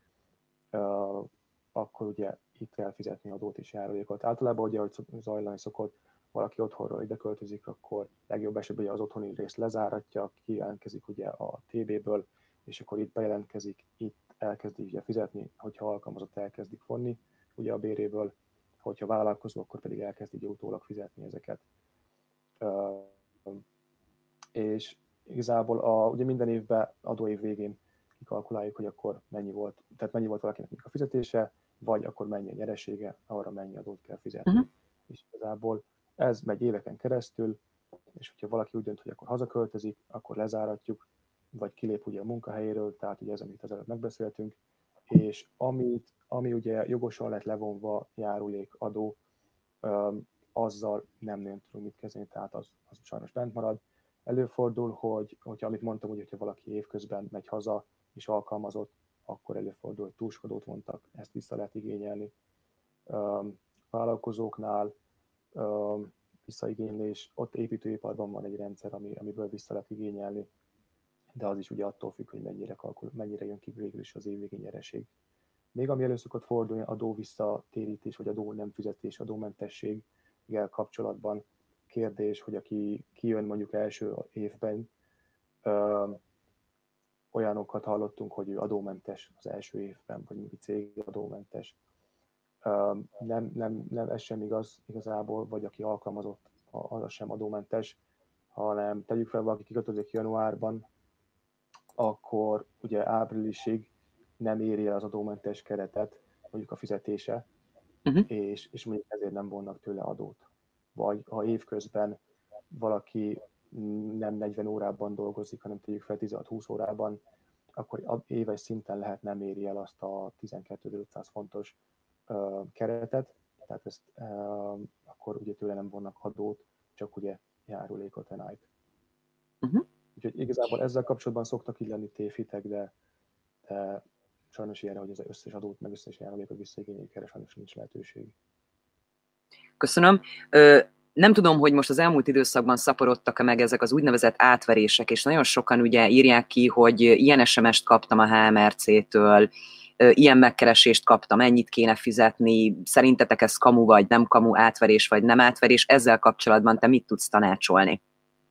akkor ugye itt kell fizetni adót és járulékot. Általában ugye, ahogy zajlani szokott, valaki otthonról ide költözik, akkor legjobb esetben az otthoni részt lezáratja, kijelentkezik ugye a té béből, és akkor itt bejelentkezik, itt elkezdi ugye fizetni, hogyha alkalmazott elkezdik vonni ugye a béréből, hogyha vállalkozó, akkor pedig elkezdi ugye utólag fizetni ezeket. És igazából a, ugye minden évben adóév végén kikalkuláljuk, hogy akkor mennyi volt, tehát mennyi volt valakinek a fizetése, vagy akkor mennyi a nyeresége, arra mennyi adót kell fizetni. Uh-huh. És igazából ez megy éveken keresztül, és hogyha valaki úgy dönt, hogy akkor hazaköltözik, akkor lezáratjuk, vagy kilép ugye a munkahelyéről, tehát ugye ez, amit az előtt megbeszéltünk, és amit, ami ugye jogosan lett levonva járulék, adó, azzal nem nagyon tudunk mit kezdeni, tehát az, az sajnos bent marad. Előfordul, hogy, hogyha amit mondtam, hogy, hogyha valaki évközben megy haza és alkalmazott, akkor előfordul, hogy túlskodót vontak, ezt vissza lehet igényelni. Vállalkozóknál visszaigénylés, ott építőiparban van egy rendszer, ami, amiből vissza lehet igényelni, de az is ugye attól függ, hogy mennyire, kalkul, mennyire jön ki végül is az évvégi nyereség. Még ami elő szokott fordulni, adó visszatérítés, vagy adó nem fizetés, adómentességgel kapcsolatban kérdés, hogy aki kijön mondjuk első évben, ö, olyanokat hallottunk, hogy ő adómentes az első évben, vagy mondjuk cég adómentes. Ö, nem, nem, nem, ez sem igaz igazából, vagy aki alkalmazott, az sem adómentes, hanem tegyük fel, valaki kiköltözik januárban, akkor ugye áprilisig nem éri el az adómentes keretet, mondjuk a fizetése, uh-huh. és, és mondjuk ezért nem vonnak tőle adót. Vagy ha évközben valaki nem negyven órában dolgozik, hanem tegyük fel tizenhat-húsz órában, akkor éves szinten lehet nem éri el azt a tizenkétezer-ötszáz fontos uh, keretet, tehát ezt uh, akkor ugye tőle nem vonnak adót, csak ugye járulékot, en ájt. Uh-huh. Úgyhogy igazából ezzel kapcsolatban szoktak így lenni tévhitek, de, de sajnos ilyenre, hogy az összes adót, meg összes járulékot visszaigényeljük, erre sajnos nincs lehetőség. Köszönöm. Ö, nem tudom, hogy most az elmúlt időszakban szaporodtak-e meg ezek az úgynevezett átverések, és nagyon sokan ugye írják ki, hogy ilyen es em est kaptam a há em er cé-től, ilyen megkeresést kaptam, ennyit kéne fizetni, szerintetek ez kamu vagy nem kamu, átverés vagy nem átverés, ezzel kapcsolatban te mit tudsz tanácsolni?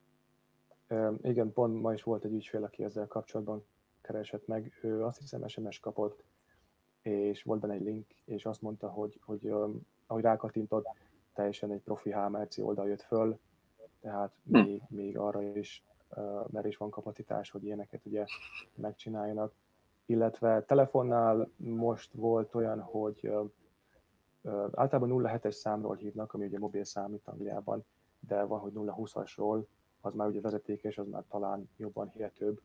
Igen, pont ma is volt egy ügyfél, aki ezzel kapcsolatban keresett meg. Ő azt hiszem es em es kapott, és volt benne egy link, és azt mondta, hogy, hogy ahogy rákattintott, teljesen egy profi há em er cé oldal jött föl, tehát hm. még, még arra is, mert is van kapacitás, hogy ilyeneket ugye megcsináljanak. Illetve telefonnál most volt olyan, hogy általában nulla hetes számról hívnak, ami ugye mobil szám itt Angliában, de van, hogy nulla húszasról, az már ugye vezetékes, az már talán jobban hihetőbb.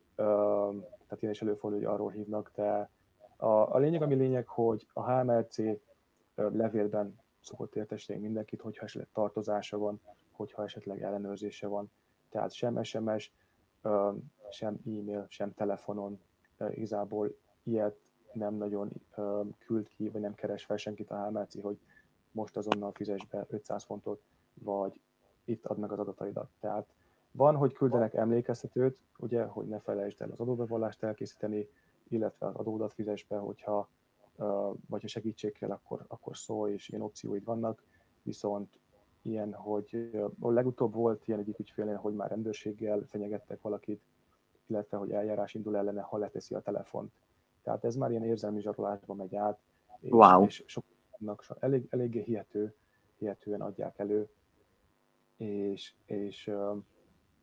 Tehát ilyen is előfordul, hogy arról hívnak, de a, a lényeg, ami lényeg, hogy a há em er cé levélben szokott értesíteni mindenkit, hogyha esetleg tartozása van, hogyha esetleg ellenőrzése van. Tehát sem es em es, sem e-mail, sem telefonon igazából ilyet nem nagyon küld ki, vagy nem keres fel senkit a há em er cé, hogy most azonnal fizess be ötszáz fontot, vagy itt add meg az adataidat. Tehát van, hogy küldenek emlékeztetőt, ugye, hogy ne felejtsd el az adóbevallást elkészíteni, illetve az adódat fizess be, hogyha vagy ha segítség kell, akkor, akkor szólj, és ilyen opcióid vannak, viszont ilyen, hogy a legutóbb volt ilyen egyik ügyfélnél, hogy már rendőrséggel fenyegettek valakit, illetve hogy eljárás indul ellene, ha leteszi a telefont. Tehát ez már ilyen érzelmi zsarolásba megy át, és, wow. és sokaknak elég, eléggé hihető, hihetően adják elő, és, és,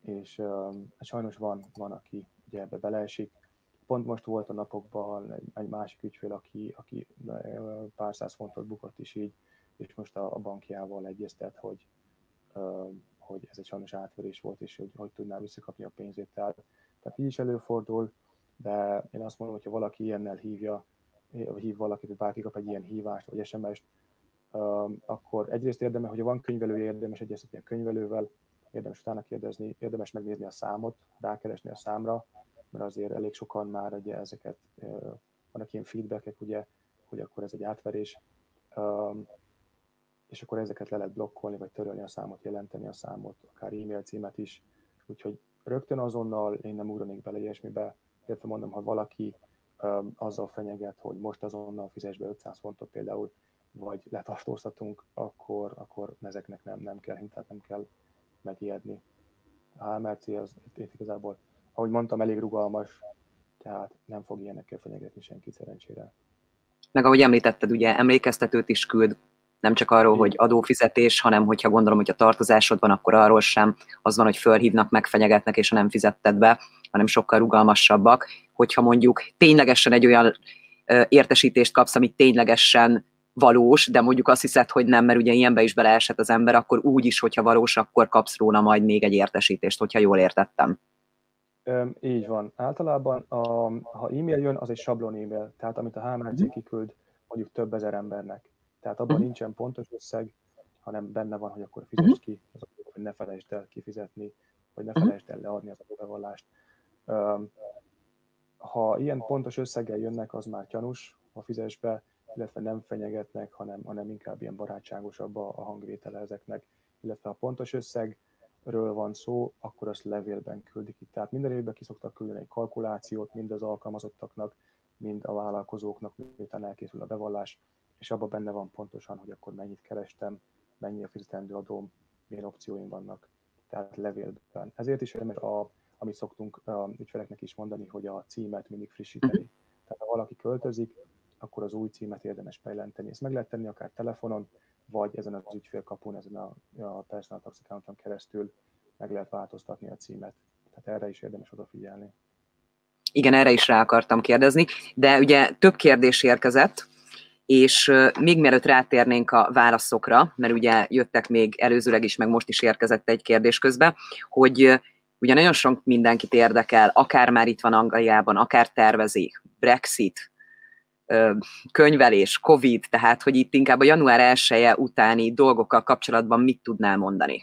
és uh, sajnos van, van, aki ugye ebbe beleesik. Pont most volt a napokban egy, egy másik ügyfél, aki, aki pár száz fontot bukott is így, és most a, a bankjával egyeztet, hogy, uh, hogy ez egy sajnos átverés volt, és hogy, hogy tudná visszakapni a pénzét. Tehát, tehát így is előfordul, de én azt mondom, hogyha valaki ilyennel hívja, hív valakit, hogy bárki kap egy ilyen hívást, vagy es em est, uh, akkor egyrészt érdemes, hogyha van könyvelő, érdemes egyeztetni a könyvelővel, érdemes utána kérdezni, érdemes megnézni a számot, rákeresni a számra, mert azért elég sokan már ugye ezeket, uh, vannak ilyen feedbackek, ugye, hogy akkor ez egy átverés, um, és akkor ezeket le lehet blokkolni, vagy törölni a számot, jelenteni a számot, akár e-mail címet is. Úgyhogy rögtön azonnal én nem ugranék bele ilyesmibe, illetve mondom, ha valaki um, azzal fenyeget, hogy most azonnal fizess be ötszáz fontot például, vagy letartóztatunk, akkor, akkor ezeknek nem, nem kell, tehát nem kell megijedni. A há em er cé az itt igazából, ahogy mondtam, elég rugalmas, tehát nem fog ilyenekkel fenyegetni senkit szerencsére. Meg ahogy említetted, ugye emlékeztetőt is küld, nem csak arról, hogy adófizetés, hanem hogyha gondolom, hogy a tartozásod van, akkor arról sem az van, hogy fölhívnak, megfenyegetnek, és ha nem fizetted be, hanem sokkal rugalmasabbak. Hogyha mondjuk ténylegesen egy olyan értesítést kapsz, ami ténylegesen valós, de mondjuk azt hiszed, hogy nem, mert ugye ilyenbe is beleesett az ember, akkor úgy is, hogyha valós, akkor kapsz róla majd még egy értesítést, hogyha jól értettem. Üm, így van. Általában, a, ha e-mail jön, az egy sablon e-mail, tehát amit a há em er cé kiküld mondjuk több ezer embernek. Tehát abban uh-huh. nincsen pontos összeg, hanem benne van, hogy akkor fizess uh-huh. ki, az, hogy ne felejtsd el kifizetni, vagy ne felejtsd el leadni az adóbevallást. Um, ha ilyen pontos összeggel jönnek, az már gyanús, ha fizess be, illetve nem fenyegetnek, hanem, hanem inkább ilyen barátságosabb a, a hangvétele ezeknek, illetve ha pontos összegről van szó, akkor azt levélben küldik itt. Tehát minden évben ki szoktak küldeni egy kalkulációt, mind az alkalmazottaknak, mind a vállalkozóknak, miután elkészül a bevallás, és abban benne van pontosan, hogy akkor mennyit kerestem, mennyi a fizetendő adóm, milyen opcióim vannak, tehát levélben. Ezért is érdemes, a, amit szoktunk a ügyfeleknek is mondani, hogy a címet mindig frissíteni. Tehát ha valaki költözik, akkor az új címet érdemes bejelenteni. Ezt meg lehet tenni akár telefonon, vagy ezen az ügyfélkapun, ezen a, a Personal Tax Accounton keresztül meg lehet változtatni a címet. Tehát erre is érdemes odafigyelni. Igen, erre is rá akartam kérdezni, de ugye több kérdés érkezett, és még mielőtt rátérnénk a válaszokra, mert ugye jöttek még előzőleg is, meg most is érkezett egy kérdés közben, hogy ugye nagyon sok mindenkit érdekel, akár már itt van Angliában, akár tervezik, Brexit, könyvelés, Covid, tehát hogy itt inkább a január elseje utáni dolgokkal kapcsolatban mit tudnál mondani?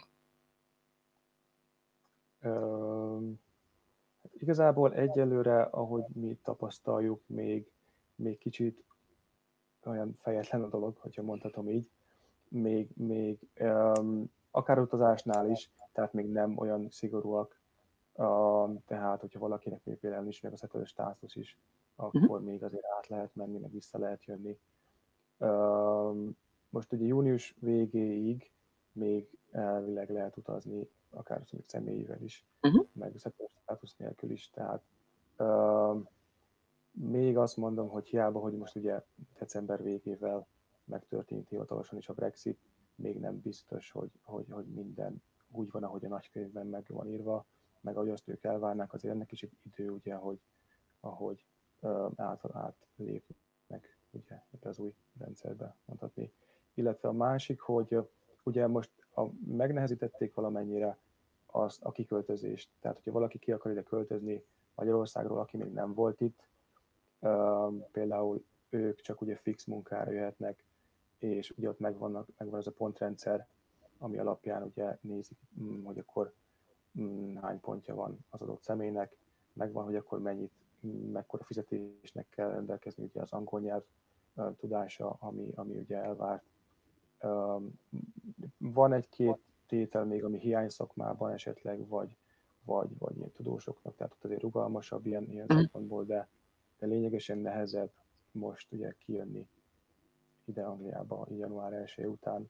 Uh, igazából egyelőre, ahogy mi tapasztaljuk, még, még kicsit olyan fejetlen a dolog, hogyha mondhatom így, még, még um, akár utazásnál is, tehát még nem olyan szigorúak, um, tehát hogyha valakinek még például nincs meg a settled státusz is, akkor uh-huh. még azért át lehet menni, meg vissza lehet jönni. Um, most ugye június végéig még elvileg lehet utazni, akár személyivel is, uh-huh. meg a settled státusz nélkül is, tehát um, még azt mondom, hogy hiába, hogy most ugye december végével megtörtént hivatalosan is a Brexit, még nem biztos, hogy, hogy, hogy minden úgy van, ahogy a nagykönyvben meg van írva, meg ahogy azt ők elvárnák, azért ennek is egy idő, ugye, hogy, ahogy uh, át, átlépnek ugye, az új rendszerbe, mondhatni. Illetve a másik, hogy uh, ugye most a, megnehezítették valamennyire az, a kiköltözést. Tehát, hogyha valaki ki akar ide költözni Magyarországról, aki még nem volt itt, Uh, például ők csak ugye fix munkára jöhetnek, és ugye ott megvannak, megvan az a pontrendszer, ami alapján ugye nézik, hogy akkor hány pontja van az adott személynek, megvan, hogy akkor mennyit, mekkora fizetésnek kell rendelkezni ugye az angol nyelv uh, tudása, ami, ami ugye elvárt. Uh, van egy-két tétel még, ami hiány szakmában esetleg, vagy, vagy, vagy ilyen tudósoknak, tehát ott azért rugalmasabb ilyen, ilyen mm. szempontból, de de lényegesen nehezebb most ugye kijönni ide Angliába január elseje után.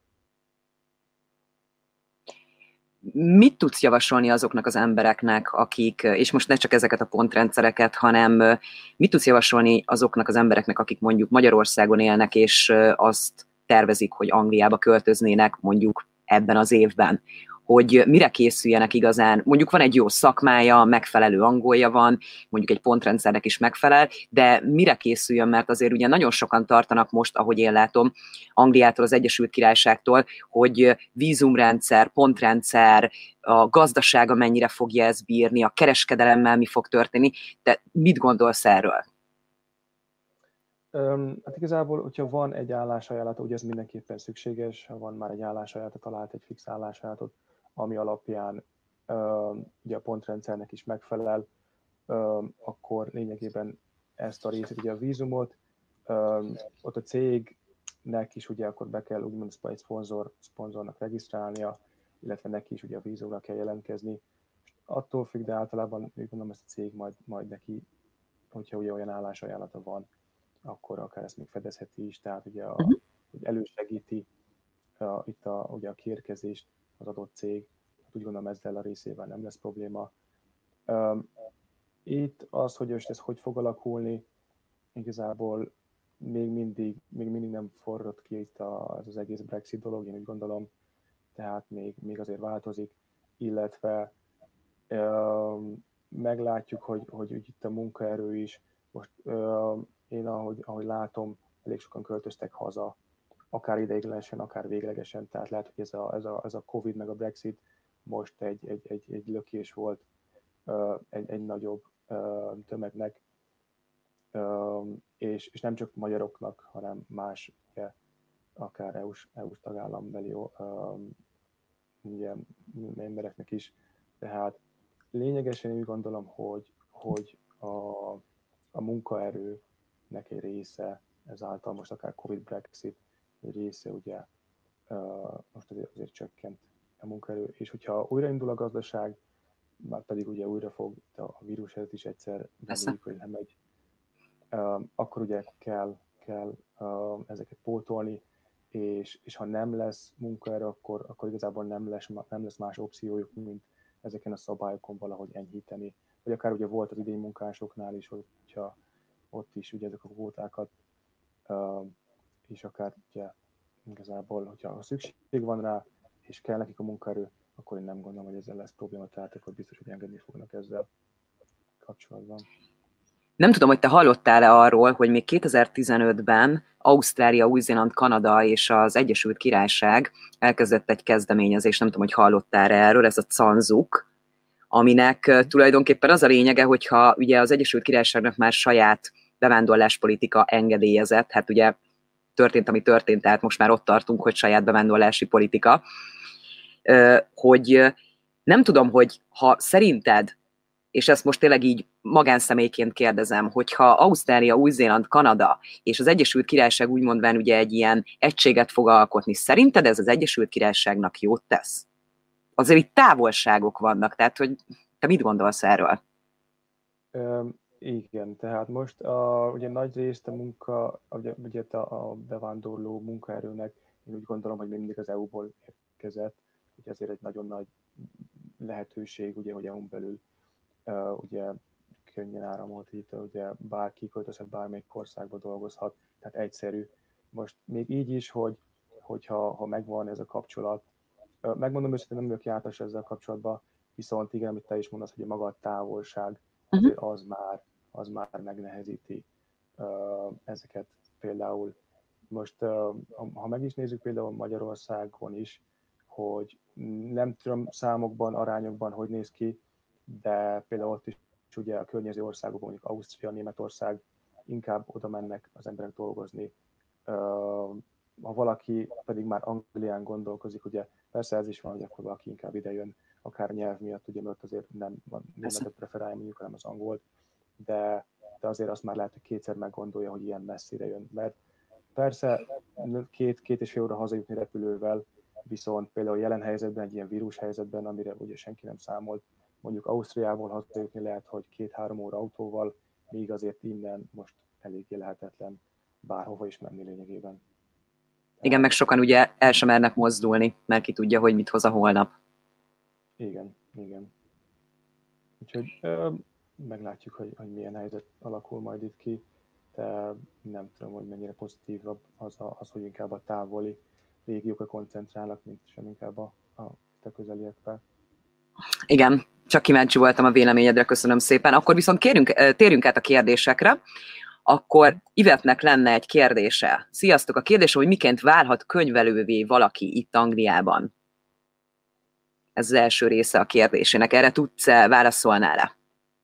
Mit tudsz javasolni azoknak az embereknek, akik, és most ne csak ezeket a pontrendszereket, hanem mit tudsz javasolni azoknak az embereknek, akik mondjuk Magyarországon élnek, és azt tervezik, hogy Angliába költöznének mondjuk ebben az évben, hogy mire készüljenek igazán. Mondjuk van egy jó szakmája, megfelelő angolja van, mondjuk egy pontrendszernek is megfelel, de mire készüljön, mert azért ugye nagyon sokan tartanak most, ahogy én látom, Angliától, az Egyesült Királyságtól, hogy vízumrendszer, pontrendszer, a gazdasága mennyire fogja ezt bírni, a kereskedelemmel mi fog történni. De mit gondolsz erről? Um, hát igazából, hogyha van egy állásajánlata, ugye ez mindenképpen szükséges, ha van már egy állásajánlata, talált egy fix állásajánlatot, ami alapján um, ugye a pontrendszernek is megfelel, um, akkor lényegében ezt a részét, ugye a vízumot, um, ott a cégnek is ugye akkor be kell úgymond egy szponzor, szponzornak regisztrálnia, illetve neki is ugye a vízumra kell jelentkezni. Attól függ, de általában úgy gondolom, ezt a cég majd, majd neki, hogyha ugye olyan állásajánlata van, akkor akár ezt még fedezheti is, tehát ugye a, Uh-huh. hogy elősegíti a, itt a, ugye a kiérkezést az adott cég, hát úgy gondolom ezzel a részével nem lesz probléma. Um, itt az, hogy most ez hogy fog alakulni, igazából még mindig, még mindig nem forrott ki itt a, az, az egész Brexit dolog, én úgy gondolom, tehát még, még azért változik, illetve um, meglátjuk, hogy, hogy úgy itt a munkaerő is, most um, én ahogy, ahogy látom, elég sokan költöztek haza, akár ideiglenesen, akár véglegesen, tehát lehet, hogy ez a, ez a, ez a Covid meg a Brexit most egy, egy, egy, egy lökés volt uh, egy, egy nagyobb uh, tömegnek, um, és, és nem csak magyaroknak, hanem más, ugye, akár é u-s, é u-s tagállambeli um, ugye, embereknek is. Tehát lényegesen úgy gondolom, hogy, hogy a, a munkaerőnek egy része, ezáltal most akár Covid, Brexit, egy része ugye uh, most azért, azért csökkent a munkaerő, és hogyha újraindul a gazdaság, már pedig ugye újra fog a vírus ez is egyszer bemegyik, hogy nem megy, uh, akkor ugye kell, kell uh, ezeket pótolni, és, és ha nem lesz munkaerő, akkor, akkor igazából nem lesz, nem lesz más opciójuk, mint ezeken a szabályokon valahogy enyhíteni. Vagy akár ugye volt az idény munkásoknál is, hogyha ott is ugye ezek a kvótákat, uh, és akár ugye igazából, hogyha szükség van rá, és kell nekik a munkaerő, akkor én nem gondolom, hogy ezzel lesz probléma, tehát akkor biztos, hogy engedni fognak ezzel kapcsolatban. Nem tudom, hogy te hallottál-e arról, hogy még kétezer-tizenötben Ausztrália, Új-Zéland, Kanada és az Egyesült Királyság elkezdett egy kezdeményezést, nem tudom, hogy hallottál erről, ez a Canzuk, aminek tulajdonképpen az a lényege, hogyha ugye az Egyesült Királyságnak már saját bevándorláspolitika engedélyezett, hát ugye történt, ami történt, tehát most már ott tartunk, hogy saját bevándorlási politika, hogy nem tudom, hogy ha szerinted, és ezt most tényleg így magánszemélyként kérdezem, hogyha Ausztrália, Új-Zéland, Kanada és az Egyesült Királyság úgy mondván ugye egy ilyen egységet fog alkotni, szerinted ez az Egyesült Királyságnak jót tesz? Azért itt távolságok vannak, tehát hogy te mit gondolsz erről? Um, igen, tehát most a, ugye nagy részt a munka, ugye, ugye a, a bevándorló munkaerőnek, én úgy gondolom, hogy még mindig az é u-ból érkezett, ugye ezért egy nagyon nagy lehetőség, ugye, hogy é u-n belül uh, ugye könnyen áramolt itt, ugye bárki költözhet, bármelyik országba dolgozhat, tehát egyszerű. Most még így is, hogy hogyha ha megvan ez a kapcsolat, uh, megmondom őszintén, nem vagyok jártas ezzel kapcsolatban, viszont igen, amit te is mondasz, hogy maga a távolság, azért az már, az már megnehezíti uh, ezeket. Például most, uh, ha meg is nézzük például Magyarországon is, hogy nem tudom számokban, arányokban, hogy néz ki, de például ott is ugye a környező országokban, mondjuk Ausztria, Németország, inkább oda mennek az emberek dolgozni. Uh, ha valaki pedig már Anglián gondolkozik, ugye persze ez is van, hogy akkor valaki inkább ide jön, akár nyelv miatt, ugye, mert azért nem van németet preferálja mondjuk, hanem az angolt, de, de azért azt már lehet, hogy kétszer meggondolja, hogy ilyen messzire jön. Mert persze két, két és fél óra hazajutni repülővel, viszont például jelen helyzetben, egy ilyen vírus helyzetben, amire ugye senki nem számolt, mondjuk Ausztriából hazajutni lehet, hogy két-három óra autóval, míg azért innen most eléggé lehetetlen bárhova is menni lényegében. Igen, meg sokan ugye el sem mernek mozdulni, mert ki tudja, hogy mit hoz a holnap. Igen, igen. Úgyhogy ö, meglátjuk, hogy, hogy milyen helyzet alakul majd itt ki, de nem tudom, hogy mennyire pozitívabb az, a, az hogy inkább a távoli régiókra koncentrálnak, mint sem inkább a, a itt a közeliekben. Igen, csak kíváncsi voltam a véleményedre, köszönöm szépen. Akkor viszont kérünk, térjünk át a kérdésekre. Akkor Ivetnek lenne egy kérdése. Sziasztok! A kérdés, hogy miként válhat könyvelővé valaki itt Angliában? Ez az első része a kérdésének. Erre tudsz-e, válaszolnál-e?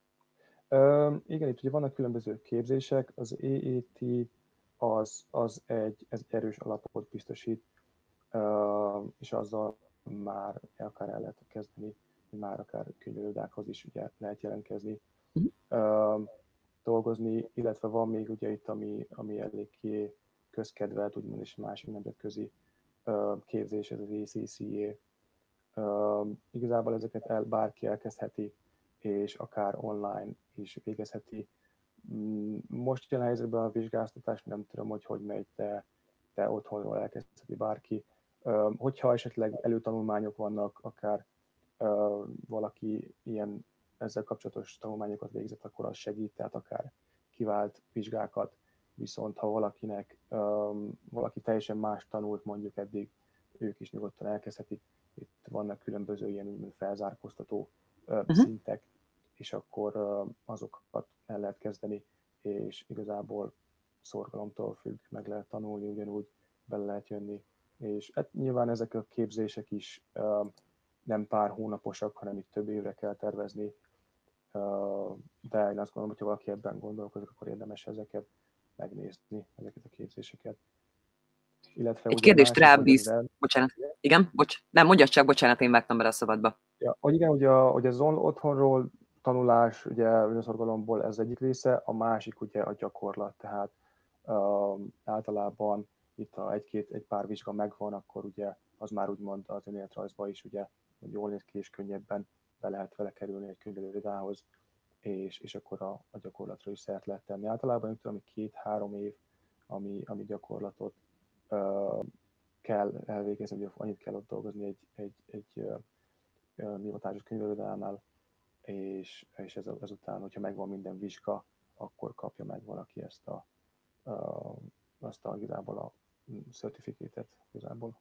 Uh, igen, itt ugye vannak különböző képzések. Az á á té az, az egy, ez egy erős alapot biztosít, uh, és azzal már akár el lehet kezdeni, már akár könyvelődákhoz is ugye lehet jelentkezni, uh, dolgozni, illetve van még ugye itt, ami, ami eléggé közkedvelt, úgymond, és másik nemzetközi uh, képzés, ez az á cé cé á. Uh, igazából ezeket el, bárki elkezdheti, és akár online is végezheti. Most jelen helyzetben a vizsgáztatás, nem tudom, hogy hogy megy, de, de otthonról elkezdheti bárki. Uh, hogyha esetleg előtanulmányok vannak, akár uh, valaki ilyen ezzel kapcsolatos tanulmányokat végzett, akkor az segít, tehát akár kivált vizsgákat, viszont ha valakinek um, valaki teljesen más tanult mondjuk eddig, ők is nyugodtan elkezdhetik. Itt vannak különböző ilyen felzárkóztató uh, uh-huh. szintek, és akkor uh, azokat el lehet kezdeni, és igazából szorgalomtól függ, meg lehet tanulni, ugyanúgy bele lehet jönni. És hát nyilván ezek a képzések is uh, nem pár hónaposak, hanem itt több évre kell tervezni, uh, de én azt gondolom, hogyha valaki ebben gondolkozik, akkor érdemes ezeket megnézni, ezeket a képzéseket. Illetve egy kérdést rábíz, ezzel... bocsánat, igen, bocs, nem, mondjad csak, bocsánat, én vágtam bele a szabadba. Ja, hogy igen, ugye, hogy az otthonról tanulás, ugye önszorgalomból ez egyik része, a másik ugye a gyakorlat, tehát uh, általában itt ha egy-két, egy pár vizsga megvan, akkor ugye az már úgymond az önéletrajzba is ugye jól néz ki és könnyebben be lehet vele kerülni egy könyvelőirodához, és, és akkor a, a gyakorlatra is szert lehet tenni. Általában nem tudom, két-három év, ami, ami gyakorlatot uh, kell elvégezni, hogy annyit kell ott dolgozni egy, egy, egy uh, hivatásos könyvelőirodánál, és, és ez, ezután, hogyha megvan minden vizsga, akkor kapja meg valaki ezt a, uh, azt a, igazából a certificate-et igazából.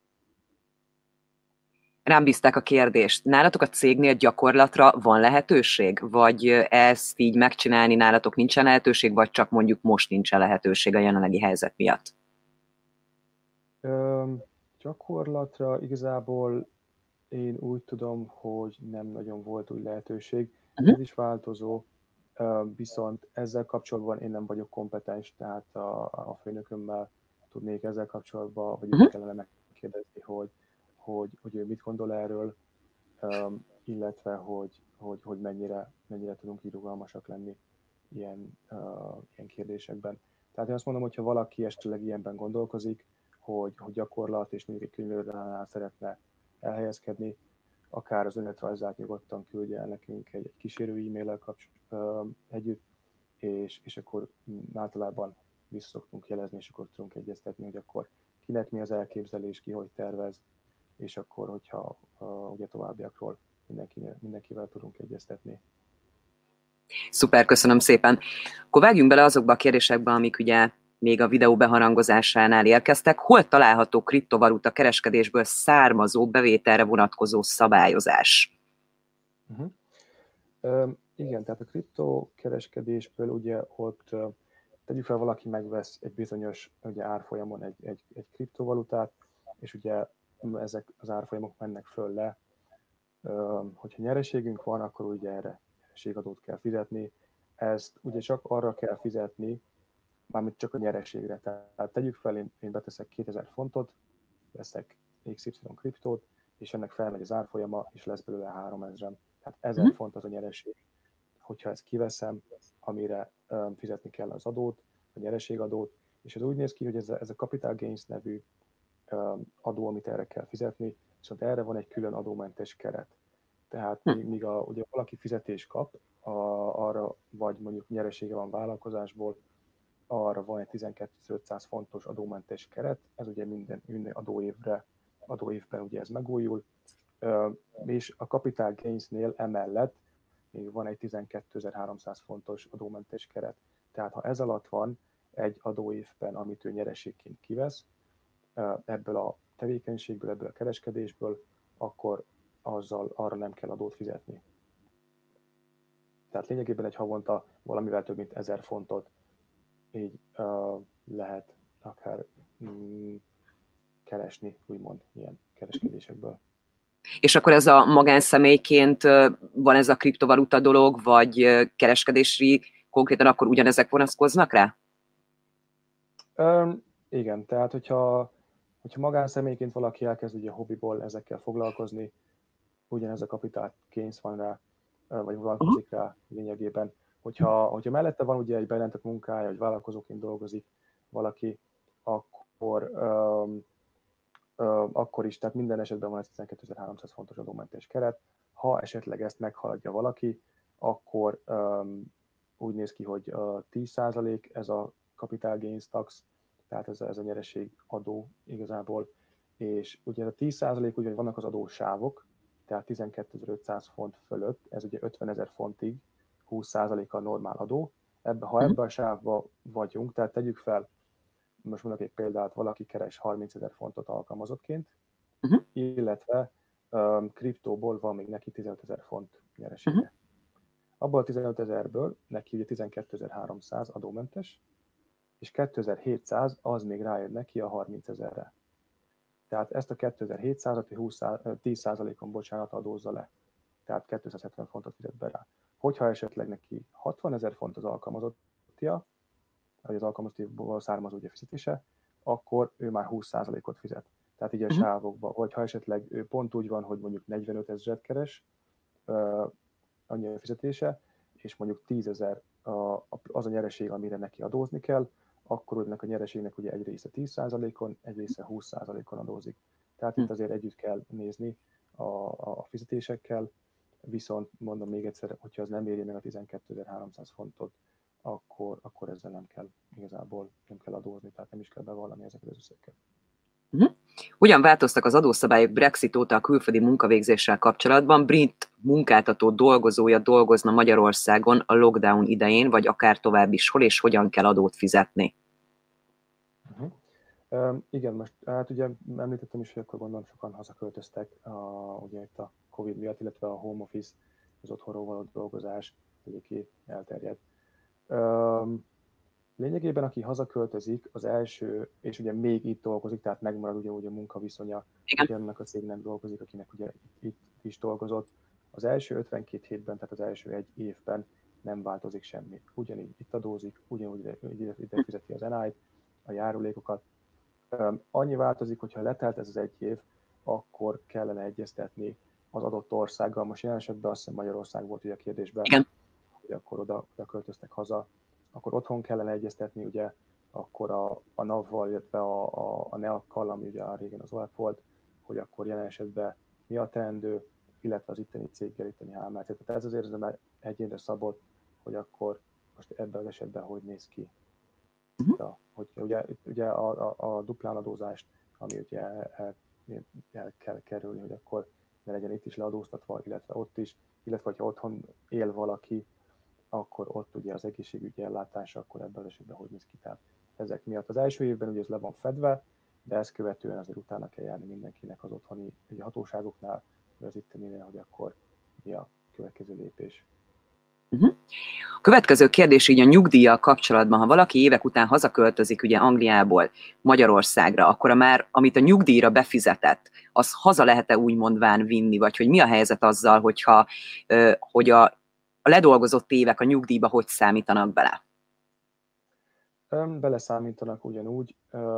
Rám bízták a kérdést. Nálatok a cégnél gyakorlatra van lehetőség? Vagy ezt így megcsinálni nálatok nincsen lehetőség, vagy csak mondjuk most nincsen lehetőség a jelenlegi helyzet miatt? Um, gyakorlatra igazából én úgy tudom, hogy nem nagyon volt új lehetőség. Uh-huh. Ez is változó, viszont ezzel kapcsolatban én nem vagyok kompetens, tehát a, a főnökömmel tudnék ezzel kapcsolatban, vagy uh-huh. őt kellene megkérdezni, hogy, hogy, hogy ő mit gondol erről, illetve hogy, hogy, hogy mennyire, mennyire tudunk így rugalmasak lenni ilyen, uh, ilyen kérdésekben. Tehát én azt mondom, hogy ha valaki esetleg ilyenben gondolkozik, hogy, hogy gyakorlat és mondjuk egy könyvelőirodánál szeretne elhelyezkedni, akár az önéletrajzát nyugodtan küldje el nekünk egy, egy kísérő e-mail-el kapcsolatban együtt, és, és akkor általában vissza szoktunk jelezni, és akkor tudunk egyeztetni, hogy akkor kinek mi az elképzelés, ki hogy tervez, és akkor, hogyha uh, ugye továbbiakról mindenki, mindenkivel tudunk egyeztetni. Szuper, köszönöm szépen. Akkor vágjunk bele azokba a kérdésekbe, amik ugye még a videó beharangozásánál érkeztek. Hol található kriptovaluta kereskedésből származó bevételre vonatkozó szabályozás? Uh-huh. Um, igen, tehát a kriptokereskedésből ugye ott uh, tegyük fel, valaki megvesz egy bizonyos ugye, árfolyamon egy, egy, egy kriptovalutát, és ugye ezek az árfolyamok mennek föl le. Um, hogyha nyereségünk van, akkor ugye erre nyereségadót kell fizetni. Ezt ugye csak arra kell fizetni, mármint csak a nyereségre. Tehát tegyük fel, én, én beteszek kétezer fontot, veszek iksz ipszilon kriptót, és ennek felmegy az árfolyama, és lesz belőle háromezer. Tehát ezer mm. font az a nyereség. Hogyha ezt kiveszem, amire um, fizetni kell az adót, a nyereségadót, és ez úgy néz ki, hogy ez a, ez a capital gains nevű um, adó, amit erre kell fizetni, viszont erre van egy külön adómentes keret. Tehát míg, míg a, ugye valaki fizetés kap, a, arra vagy mondjuk nyeresége van vállalkozásból, arra van egy tizenkétezer-ötszáz fontos adómentes keret, ez ugye minden, minden adóévre, adóévben ugye ez megújul, és a capital gainsnél emellett még van egy tizenkétezer-háromszáz fontos adómentes keret. Tehát ha ez alatt van egy adóévben, amit ő nyereségként kivesz, ebből a tevékenységből, ebből a kereskedésből, akkor azzal arra nem kell adót fizetni. Tehát lényegében egy havonta valamivel több mint ezer fontot így uh, lehet akár mm, keresni, úgymond ilyen kereskedésekből. És akkor ez a magánszemélyként van ez a kriptovaluta dolog, vagy kereskedési, konkrétan akkor ugyanezek vonatkoznak rá? Um, igen, tehát hogyha, hogyha magánszemélyként valaki elkezd ugye hobbiból ezekkel foglalkozni, ugyanez a kapitál kénysz van rá, vagy vonatkozik rá lényegében. Hogyha, hogyha mellette van ugye egy bejelentett munkája, hogy vállalkozóként dolgozik valaki, akkor, um, um, akkor is, tehát minden esetben van ez tizenkétezer-háromszáz fontos adómentes keret. Ha esetleg ezt meghaladja valaki, akkor um, úgy néz ki, hogy uh, tíz százalék ez a capital gains tax, tehát ez a, ez a nyereség adó igazából, és ugye a tíz százalék ugye vannak az adósávok, tehát tizenkétezer-ötszáz font fölött, ez ugye ötvenezer fontig, húsz százalék a normál adó. Ebbe, ha ebben a sávban vagyunk, tehát tegyük fel, most mondok egy példát, valaki keres harmincezer fontot alkalmazottként, uh-huh. illetve um, kriptóból van még neki tizenötezer font nyeresége. Uh-huh. Abból a tizenötezerből neki ugye tizenkétezer-háromszáz adómentes, és kétezer-hétszáz az még rájön neki a harmincezerre. Tehát ezt a kétezer-hétszázat tíz százalékon bocsánat adózza le. Tehát kétszázhetven fontot fizet be rá. Hogyha esetleg neki hatvanezer font az alkalmazottja, vagy az alkalmazottból származó ugye fizetése, akkor ő már húsz százalékot fizet. Tehát így a uh-huh. sávokban. Vagy ha esetleg ő pont úgy van, hogy mondjuk negyvenöt ezret keres, uh, annyi a fizetése, és mondjuk tízezer az a nyereség, amire neki adózni kell, akkor ennek a nyereségnek ugye egy része tíz százalékon, egy része húsz százalékon adózik. Tehát itt azért együtt kell nézni a, a fizetésekkel, viszont mondom még egyszer, hogyha az nem éri meg a tizenkétezer-háromszáz fontot, akkor, akkor ezzel nem kell igazából nem kell adózni, tehát nem is kell bevallani ezeket az összegeket. Uh-huh. Hogyan változtak az adószabályok Brexit óta a külföldi munkavégzéssel kapcsolatban? Brit munkáltató dolgozója dolgozna Magyarországon a lockdown idején, vagy akár tovább is, hol és hogyan kell adót fizetni? Uh-huh. Um, igen, most hát ugye említettem is, hogy akkor gondolom sokan hazaköltöztek a, ugye itt a Covid miatt, illetve a home office, az otthonról való dolgozás eléggé elterjedt. Um, lényegében, aki hazaköltözik, az első, és ugye még itt dolgozik, tehát megmarad ugyanúgy a munkaviszonya, ugyanannak a cégnek dolgozik, akinek ugye itt is dolgozott, az első ötvenkét hétben, tehát az első egy évben nem változik semmi. Ugyanígy itt adózik, ugyanúgy ide, ide fizeti az en i-t, a járulékokat. Um, annyi változik, hogyha letelt ez az egy év, akkor kellene egyeztetni az adott országgal. Most jelen esetben azt hiszem Magyarország volt ugye a kérdésben, igen, hogy akkor oda, oda költöztek haza, akkor otthon kellene egyeztetni, ugye, akkor a, a NAV-val, illetve a, a, a NEAK-kal, ami ugye régen az o e ef volt, hogy akkor jelen esetben mi a teendő, illetve az itteni céggel, itteni álmát. Tehát ez azért az egyénre szabott, hogy akkor most ebben az esetben hogy néz ki. Uh-huh. Hogy ugye, ugye a, a, a duplán adózást, ami ugye el, el, el kell kerülni, hogy akkor ne legyen itt is leadóztatva, illetve ott is, illetve ha otthon él valaki, akkor ott ugye az egészségügyi ellátása, akkor ebben az esetben hogy néz ki. Tehát ezek miatt az első évben ugye ez le van fedve, de ezt követően azért utána kell járni mindenkinek az otthoni ugye hatóságoknál, vagy az itteninél, hogy akkor mi a következő lépés. Uh-huh. A következő kérdés így a nyugdíjjal kapcsolatban, ha valaki évek után hazaköltözik ugye Angliából Magyarországra, akkor a már, amit a nyugdíjra befizetett, az haza lehet-e úgy mondván vinni, vagy hogy mi a helyzet azzal, hogyha, hogy a, a ledolgozott évek a nyugdíjba hogy számítanak bele? Beleszámítanak ugyanúgy,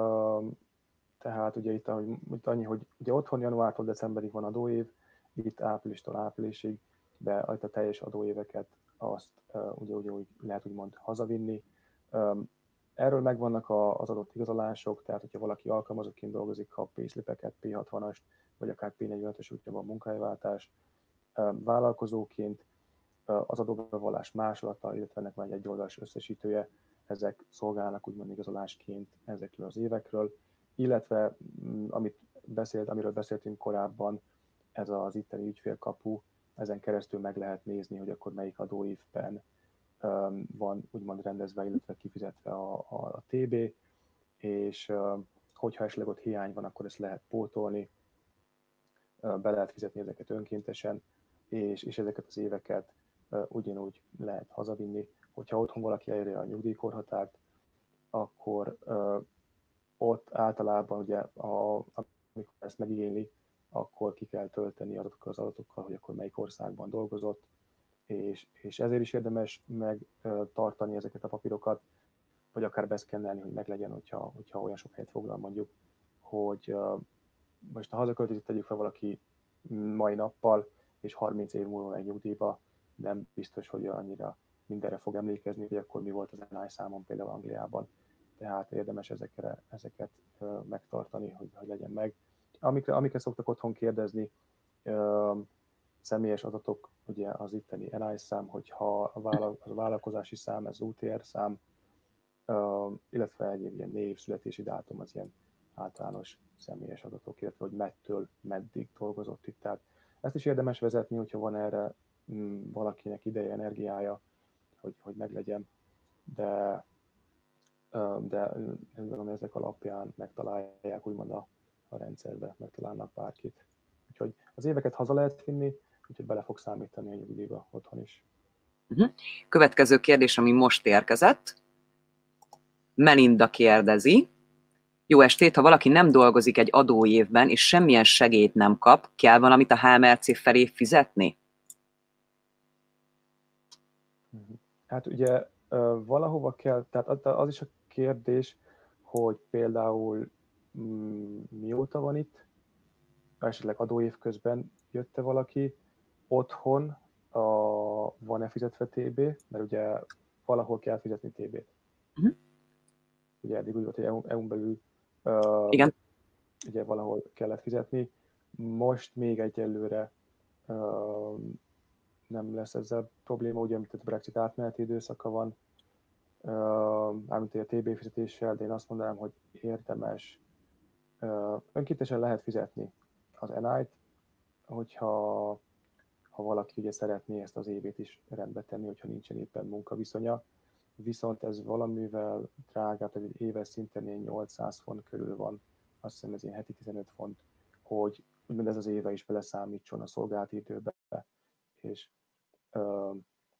tehát ugye itt, ahogy, itt annyi, hogy ugye otthon januártól decemberig van adóév, itt áprilistól áprilisig, de itt a teljes adóéveket azt ugye, ugye úgy lehet úgymond hazavinni. Erről megvannak az adott igazolások, tehát hogyha valaki alkalmazottként dolgozik, ha payslipeket, pé hatvanast, vagy akár pé negyvenötös útja van munkahelyváltás, vállalkozóként az adóbevallás másolata, illetve ennek van egy egyoldalas összesítője, ezek szolgálnak úgymond igazolásként ezekről az évekről, illetve amit beszélt, amiről beszéltünk korábban, ez az itteni ügyfélkapu, ezen keresztül meg lehet nézni, hogy akkor melyik adóévben um, van úgymond rendezve, illetve kifizetve a, a, a té bé, és um, hogyha esetleg ott hiány van, akkor ezt lehet pótolni. be lehet fizetni ezeket önkéntesen, és, és ezeket az éveket ugyanúgy lehet hazavinni. Hogyha otthon valaki elérje a nyugdíjkorhatárt, akkor ott általában ugye, a, amikor ezt megigényli, akkor ki kell tölteni azokkal az adatokkal, hogy akkor melyik országban dolgozott, és, és ezért is érdemes megtartani ezeket a papírokat, vagy akár beszkennelni, hogy meglegyen, hogyha, hogyha olyan sok helyet foglal mondjuk, hogy most ha hazaköltözik, tegyük fel valaki mai nappal, és harminc év múlva egy nyugdíjba, nem biztos, hogy annyira mindenre fog emlékezni, hogy akkor mi volt az en i számon például Angliában. Tehát érdemes ezekre, ezeket megtartani, hogy, hogy legyen meg. Amikre, amikre szoktak otthon kérdezni, személyes adatok, ugye az itteni en i szám, hogyha a, vállal, a vállalkozási szám, ez u té er szám, illetve egy ilyen név, születési dátum, az ilyen általános személyes adatok, illetve hogy mettől meddig dolgozott itt. Tehát ezt is érdemes vezetni, hogyha van erre valakinek ideje, energiája, hogy, hogy meglegyen, de, de gondolom, ezek alapján megtalálják úgymond a, a rendszerbe, megtalálnak bárkit. Úgyhogy az éveket haza lehet vinni, úgyhogy bele fog számítani a nyugdíjba otthon is. Következő kérdés, ami most érkezett. Melinda kérdezi, jó estét, ha valaki nem dolgozik egy adóévben, és semmilyen segélyt nem kap, kell valamit a há em er cé felé fizetni? Hát ugye valahova kell, tehát az is a kérdés, hogy például mióta van itt, esetleg adóév közben jött-e valaki, otthon a, van-e fizetve té bé, mert ugye valahol kell fizetni té bét. Uh-huh. Ugye eddig úgy volt, hogy é u-n belül uh, Igen. Ugye valahol kellett fizetni. Most még egyelőre uh, nem lesz ezzel probléma, ugye, amit a Brexit átmeneti időszaka van, uh, mármint a té bé fizetéssel, de én azt mondanám, hogy érdemes. Uh, önkéntesen lehet fizetni az en i-t, hogyha ha valaki ugye szeretné ezt az évét is rendbe tenni, hogyha nincsen éppen munkaviszonya. Viszont ez valamivel drágább, tehát egy éves szinten ilyen nyolcszáz font körül van, azt hiszem ez ilyen heti tizenöt font, hogy úgymond ez az éve is beleszámítson a szolgálati időbe, és uh,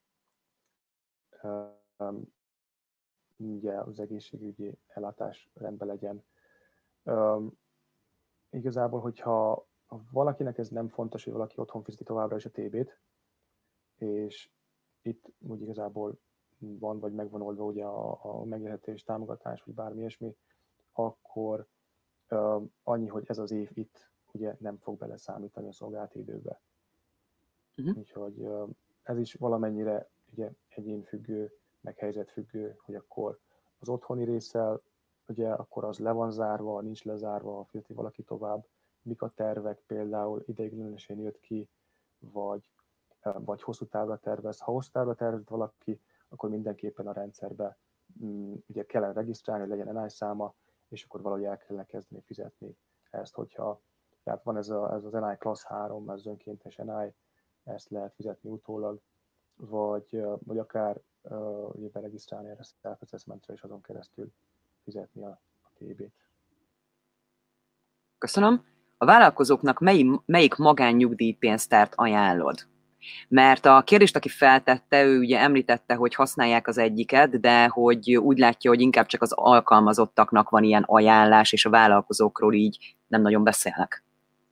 uh, ugye az egészségügyi ellátás rendben legyen. Uh, igazából, hogyha valakinek ez nem fontos, hogy valaki otthon fizeti továbbra is a té bét, és itt úgy igazából van, vagy megvan oldva ugye a, a megélhetés, támogatás, vagy bármi ilyesmi, akkor uh, annyi, hogy ez az év itt ugye nem fog beleszámítani a szolgálati időbe. Uh-huh. Úgyhogy uh, ez is valamennyire ugye egyénfüggő, meg helyzetfüggő, hogy akkor az otthoni résszel, ugye akkor az le van zárva, nincs lezárva, fizeti valaki tovább, mik a tervek, például ideiglenesen jött ki, vagy vagy hosszú távra tervez. Ha hosszú távra tervez valaki, akkor mindenképpen a rendszerbe ugye kellene regisztrálni, hogy legyen en i száma, és akkor valahogy el kellene kezdeni fizetni ezt, hogyha tehát van ez, a, ez az en i Class három, ez az önkéntes en i, ezt lehet fizetni utólag, vagy, vagy akár uh, ugye beregisztrálni erre a self-assessmentre, és azon keresztül fizetni a, a té bét. Köszönöm. A vállalkozóknak mely, melyik magánnyugdíjpénztárt ajánlod? Mert a kérdést, aki feltette, ő ugye említette, hogy használják az egyiket, de hogy úgy látja, hogy inkább csak az alkalmazottaknak van ilyen ajánlás, és a vállalkozókról így nem nagyon beszélnek.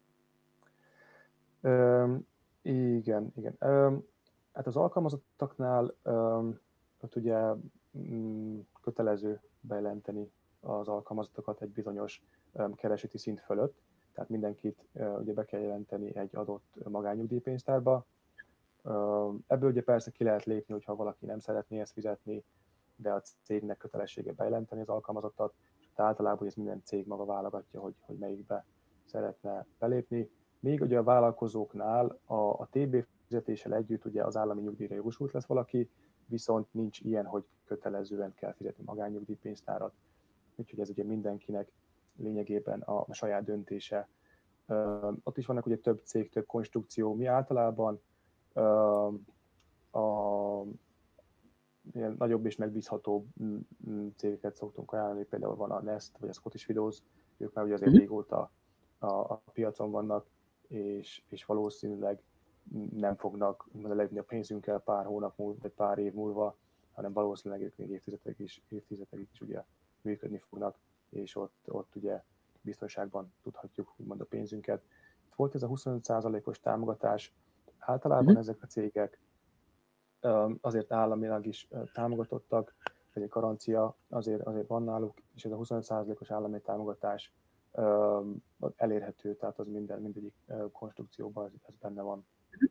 Um, igen, igen. Um, hát az alkalmazottaknál um, ott ugye um, kötelező bejelenteni az alkalmazottakat egy bizonyos um, kereseti szint fölött, tehát mindenkit uh, ugye be kell jelenteni egy adott magánnyugdíjpénztárba. Um, ebből ugye persze ki lehet lépni, hogyha valaki nem szeretné ezt fizetni, de a cégnek kötelessége bejelenteni az alkalmazottat, és általában ez minden cég maga válogatja, hogy, hogy melyikbe szeretne belépni. Még ugye a vállalkozóknál a, a té bé fizetéssel együtt ugye az állami nyugdíjra jogosult lesz valaki, viszont nincs ilyen, hogy kötelezően kell fizetni magánnyugdíjpénztárat. Úgyhogy ez ugye mindenkinek lényegében a, a saját döntése. Uh, ott is vannak ugye több cég, több konstrukció. Mi általában uh, a ilyen nagyobb és megbízható cégeket szoktunk ajánlani, például van a Nest vagy a Scottish Widows, ők már ugye azért régóta a, a piacon vannak, és, és valószínűleg nem fognak leadni a pénzünkkel pár hónap múlva, vagy pár év múlva, hanem valószínűleg ők még évtizedekig is, évtizedekig is ugye működni fognak, és ott, ott ugye biztonságban tudhatjuk úgymond a pénzünket. Volt ez a huszonöt százalékos támogatás, általában uh-huh. ezek a cégek azért államilag is támogatottak, vagy egy garancia azért, azért van náluk, és ez a huszonöt százalékos állami támogatás elérhető, tehát az minden, mindegyik konstrukcióban ez, ez benne van.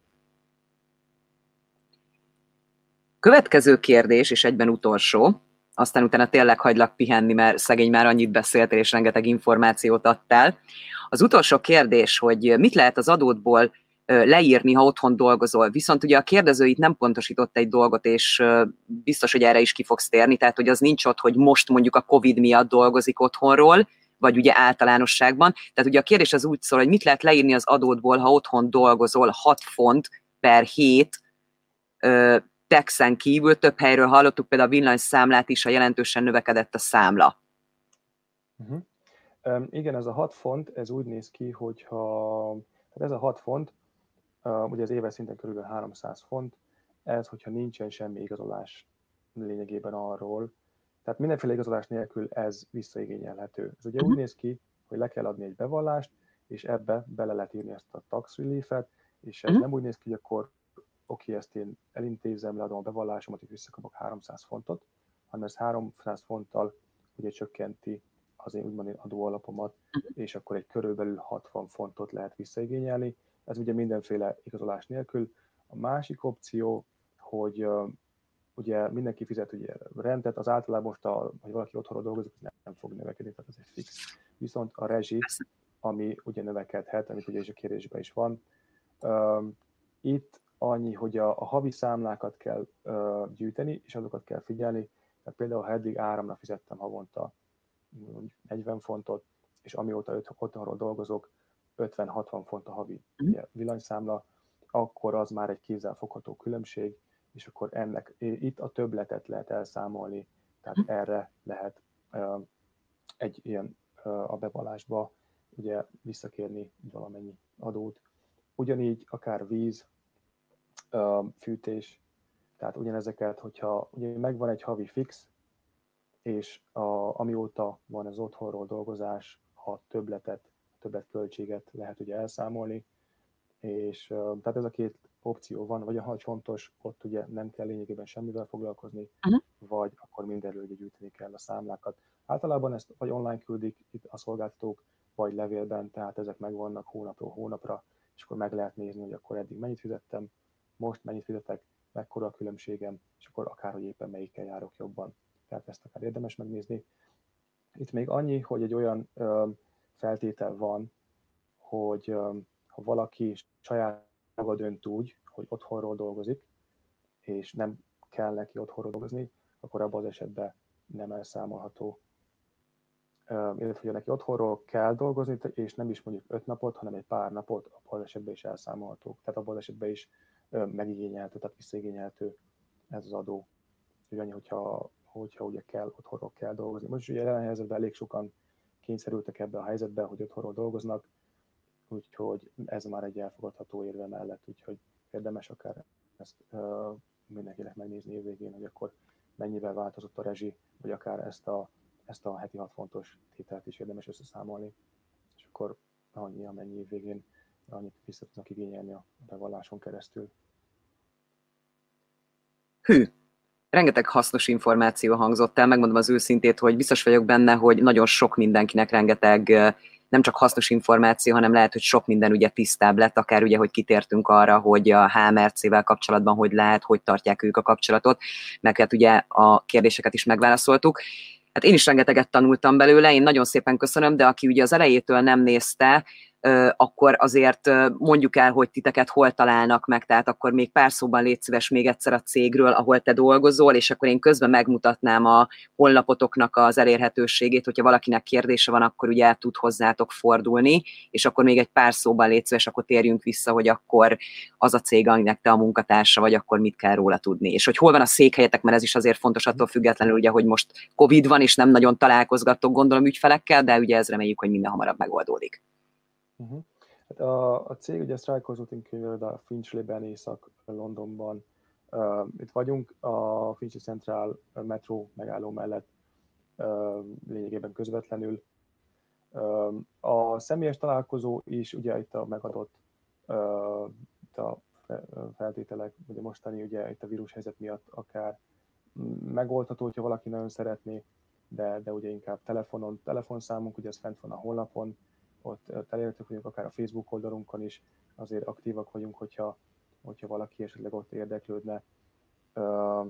Következő kérdés, és egyben utolsó, aztán utána tényleg hagylak pihenni, mert szegény már annyit beszéltél, és rengeteg információt adtál. Az utolsó kérdés, hogy mit lehet az adódból leírni, ha otthon dolgozol. Viszont ugye a kérdező itt nem pontosított egy dolgot, és biztos, hogy erre is ki fogsz térni, tehát hogy az nincs ott, hogy most mondjuk a Covid miatt dolgozik otthonról, vagy ugye általánosságban. Tehát ugye a kérdés az úgy szól, hogy mit lehet leírni az adódból, ha otthon dolgozol hat font per hét taxen kívül. Több helyről hallottuk, például a villanyszámlát is, a jelentősen növekedett a számla. Uh-huh. Um, igen, ez a hat font, ez úgy néz ki, hogyha hát ez a hat font, uh, ugye az éves szinten körülbelül háromszáz font, ez, hogyha nincsen semmi igazolás lényegében arról, tehát mindenféle igazolás nélkül ez visszaigényelhető. Ez ugye úgy néz ki, hogy le kell adni egy bevallást, és ebbe bele lehet írni ezt a tax relief-et, és ez nem úgy néz ki, hogy akkor oké, ezt én elintézem, leadom a bevallásomat, és visszakapok háromszáz fontot, hanem ez háromszáz fonttal ugye csökkenti az én úgymond adóalapomat, és akkor egy körülbelül hatvan fontot lehet visszaigényelni. Ez ugye mindenféle igazolás nélkül. A másik opció, hogy uh, ugye mindenki fizet ugye rendet, az általában most, a, hogy valaki otthonról dolgozik, nem, nem fog növekedni, tehát ez egy fix. Viszont a rezsi, ami ugye növekedhet, amit ugye is a kérésben is van. Uh, itt annyi, hogy a, a havi számlákat kell uh, gyűjteni, és azokat kell figyelni. Tehát például, ha eddig áramra fizettem havonta negyven fontot, és amióta otthonról dolgozok, ötven-hatvan font a havi ugye, villanyszámla, akkor az már egy kézzelfogható különbség, és akkor ennek itt a többletet lehet elszámolni, tehát erre lehet uh, egy ilyen uh, a bevallásba ugye visszakérni valamennyi adót. Ugyanígy akár víz, uh, fűtés, tehát ugyanezeket, hogyha ugye megvan egy havi fix, és a, amióta van az otthonról dolgozás, a többletet, többletköltséget lehet ugye elszámolni, és uh, tehát ez a két opció van, vagy ha fontos, ott ugye nem kell lényegében semmivel foglalkozni, uh-huh. vagy akkor mindenről ugye gyűjteni kell a számlákat. Általában ezt vagy online küldik itt a szolgáltatók, vagy levélben, tehát ezek megvannak hónapról hónapra, és akkor meg lehet nézni, hogy akkor eddig mennyit fizettem, most mennyit fizetek, mekkora a különbségem, és akkor akárhogy éppen melyikkel járok jobban. Tehát ezt akár érdemes megnézni. Itt még annyi, hogy egy olyan ö, feltétel van, hogy ö, ha valaki saját maga dönt úgy, hogy otthonról dolgozik, és nem kell neki otthonról dolgozni, akkor abban az esetben nem elszámolható. Ö, illetve, hogy neki otthonról kell dolgozni, és nem is mondjuk öt napot, hanem egy pár napot, abban az esetben is elszámolható. Tehát abban az esetben is ö, megigényelhető, tehát visszaigényelhető ez az adó. Úgyhogy annyi, hogyha hogyha ugye kell, otthonról kell dolgozni. Most ugye jelen helyzetben elég sokan kényszerültek ebbe a helyzetbe, hogy otthonról dolgoznak, úgyhogy ez már egy elfogadható érve mellett, úgyhogy érdemes akár ezt uh, mindenkinek megnézni évvégén, hogy akkor mennyivel változott a rezsi, vagy akár ezt a, ezt a heti hat fontos tételt is érdemes összeszámolni, és akkor annyi, amennyi évvégén annyit vissza tudnak igényelni a bevalláson keresztül. Hű! Rengeteg hasznos információ hangzott el, megmondom az őszintét, hogy biztos vagyok benne, hogy nagyon sok mindenkinek rengeteg, nem csak hasznos információ, hanem lehet, hogy sok minden ugye tisztább lett, akár ugye, hogy kitértünk arra, hogy a há em er cével kapcsolatban hogy lehet, hogy tartják ők a kapcsolatot, meg hát ugye a kérdéseket is megválaszoltuk. Hát én is rengeteget tanultam belőle, én nagyon szépen köszönöm, de aki ugye az elejétől nem nézte, akkor azért mondjuk el, hogy titeket hol találnak meg, tehát akkor még pár szóban légy szíves még egyszer a cégről, ahol te dolgozol, és akkor én közben megmutatnám a honlapotoknak az elérhetőségét, hogyha valakinek kérdése van, akkor ugye el tud hozzátok fordulni, és akkor még egy pár szóban légy szíves, akkor térjünk vissza, hogy akkor az a cég, aminek te a munkatársa vagy, akkor mit kell róla tudni. És hogy hol van a székhelyetek, mert ez is azért fontos attól függetlenül, ugye, hogy most Covid van, és nem nagyon találkozgattok, gondolom, ügyfelekkel, de ugye ez reméljük, hogy minden hamarabb megoldódik. Uh-huh. Hát a, a cég ugye Strike Consulting könyvelőd a Finchley-ben, Észak-Londonban. Uh, itt vagyunk, a Finchley Central Metro megálló mellett uh, lényegében közvetlenül. Uh, a személyes találkozó is ugye itt a megadott uh, itt a feltételek, ugye mostani ugye itt a vírushelyzet miatt akár megoldható, hogyha valaki nagyon szeretné, de, de ugye inkább telefonon, telefonszámunk, ugye ez fent van a honlapon, ott elérhetők vagyunk, akár a Facebook oldalunkon is, azért aktívak vagyunk, hogyha, hogyha valaki esetleg ott érdeklődne. Uh,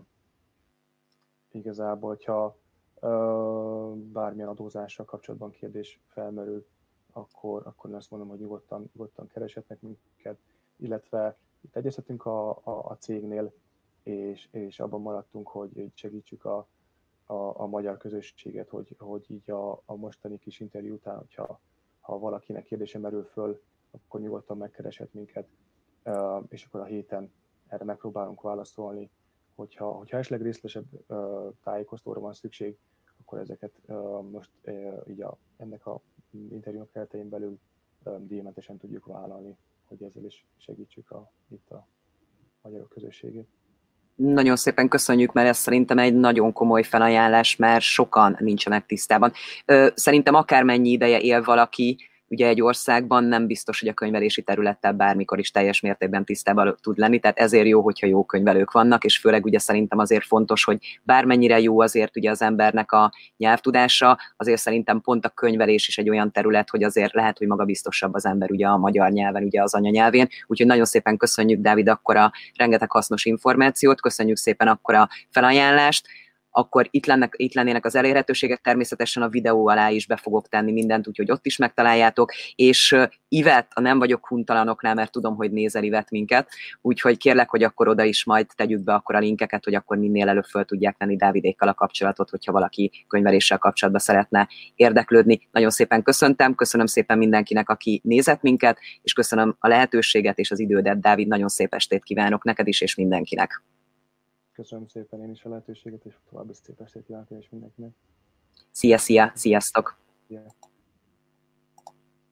igazából, hogyha uh, bármilyen adózással kapcsolatban kérdés felmerül, akkor, akkor azt mondom, hogy nyugodtan, nyugodtan kereshetnek minket, illetve itt egyeztetünk a, a, a cégnél, és, és abban maradtunk, hogy segítsük a, a, a magyar közösséget, hogy, hogy így a, a mostani kis interjú után, hogyha ha valakinek kérdése merül föl, akkor nyugodtan megkereshet minket, és akkor a héten erre megpróbálunk válaszolni. Hogyha, hogyha esetleg részletesebb tájékoztatóra van szükség, akkor ezeket most így a, ennek a interjúnak keretein belül díjmentesen tudjuk vállalni, hogy ezzel is segítsük a, itt a magyarok közösségét. Nagyon szépen köszönjük, mert ez szerintem egy nagyon komoly felajánlás, mert sokan nincsenek tisztában. Szerintem akármennyi ideje él valaki, ugye egy országban nem biztos, hogy a könyvelési területtel bármikor is teljes mértékben tisztában tud lenni, tehát ezért jó, hogyha jó könyvelők vannak, és főleg ugye szerintem azért fontos, hogy bármennyire jó azért ugye az embernek a nyelvtudása, azért szerintem pont a könyvelés is egy olyan terület, hogy azért lehet, hogy magabiztosabb az ember ugye a magyar nyelven, ugye az anyanyelvén, úgyhogy nagyon szépen köszönjük, Dávid, akkor a rengeteg hasznos információt, köszönjük szépen akkor a felajánlást. Akkor itt, lennek, itt lennének az elérhetőségek, természetesen a videó alá is be fogok tenni mindent, úgyhogy ott is megtaláljátok, és uh, Ivet, a Nem vagyok huntalanoknál, mert tudom, hogy nézel Ivet minket, úgyhogy kérlek, hogy akkor oda is majd tegyük be akkor a linkeket, hogy akkor minél előbb föl tudják venni Dávidékkal a kapcsolatot, hogyha valaki könyveléssel kapcsolatban szeretne érdeklődni. Nagyon szépen köszöntem, köszönöm szépen mindenkinek, aki nézett minket, és köszönöm a lehetőséget és az idődet, Dávid, nagyon szép estét kívánok neked is, és mindenkinek. Köszönöm szépen én is a lehetőséget, és további szép estét kívánok én is mindenkinek. Szia, szia, sziasztok! Yeah.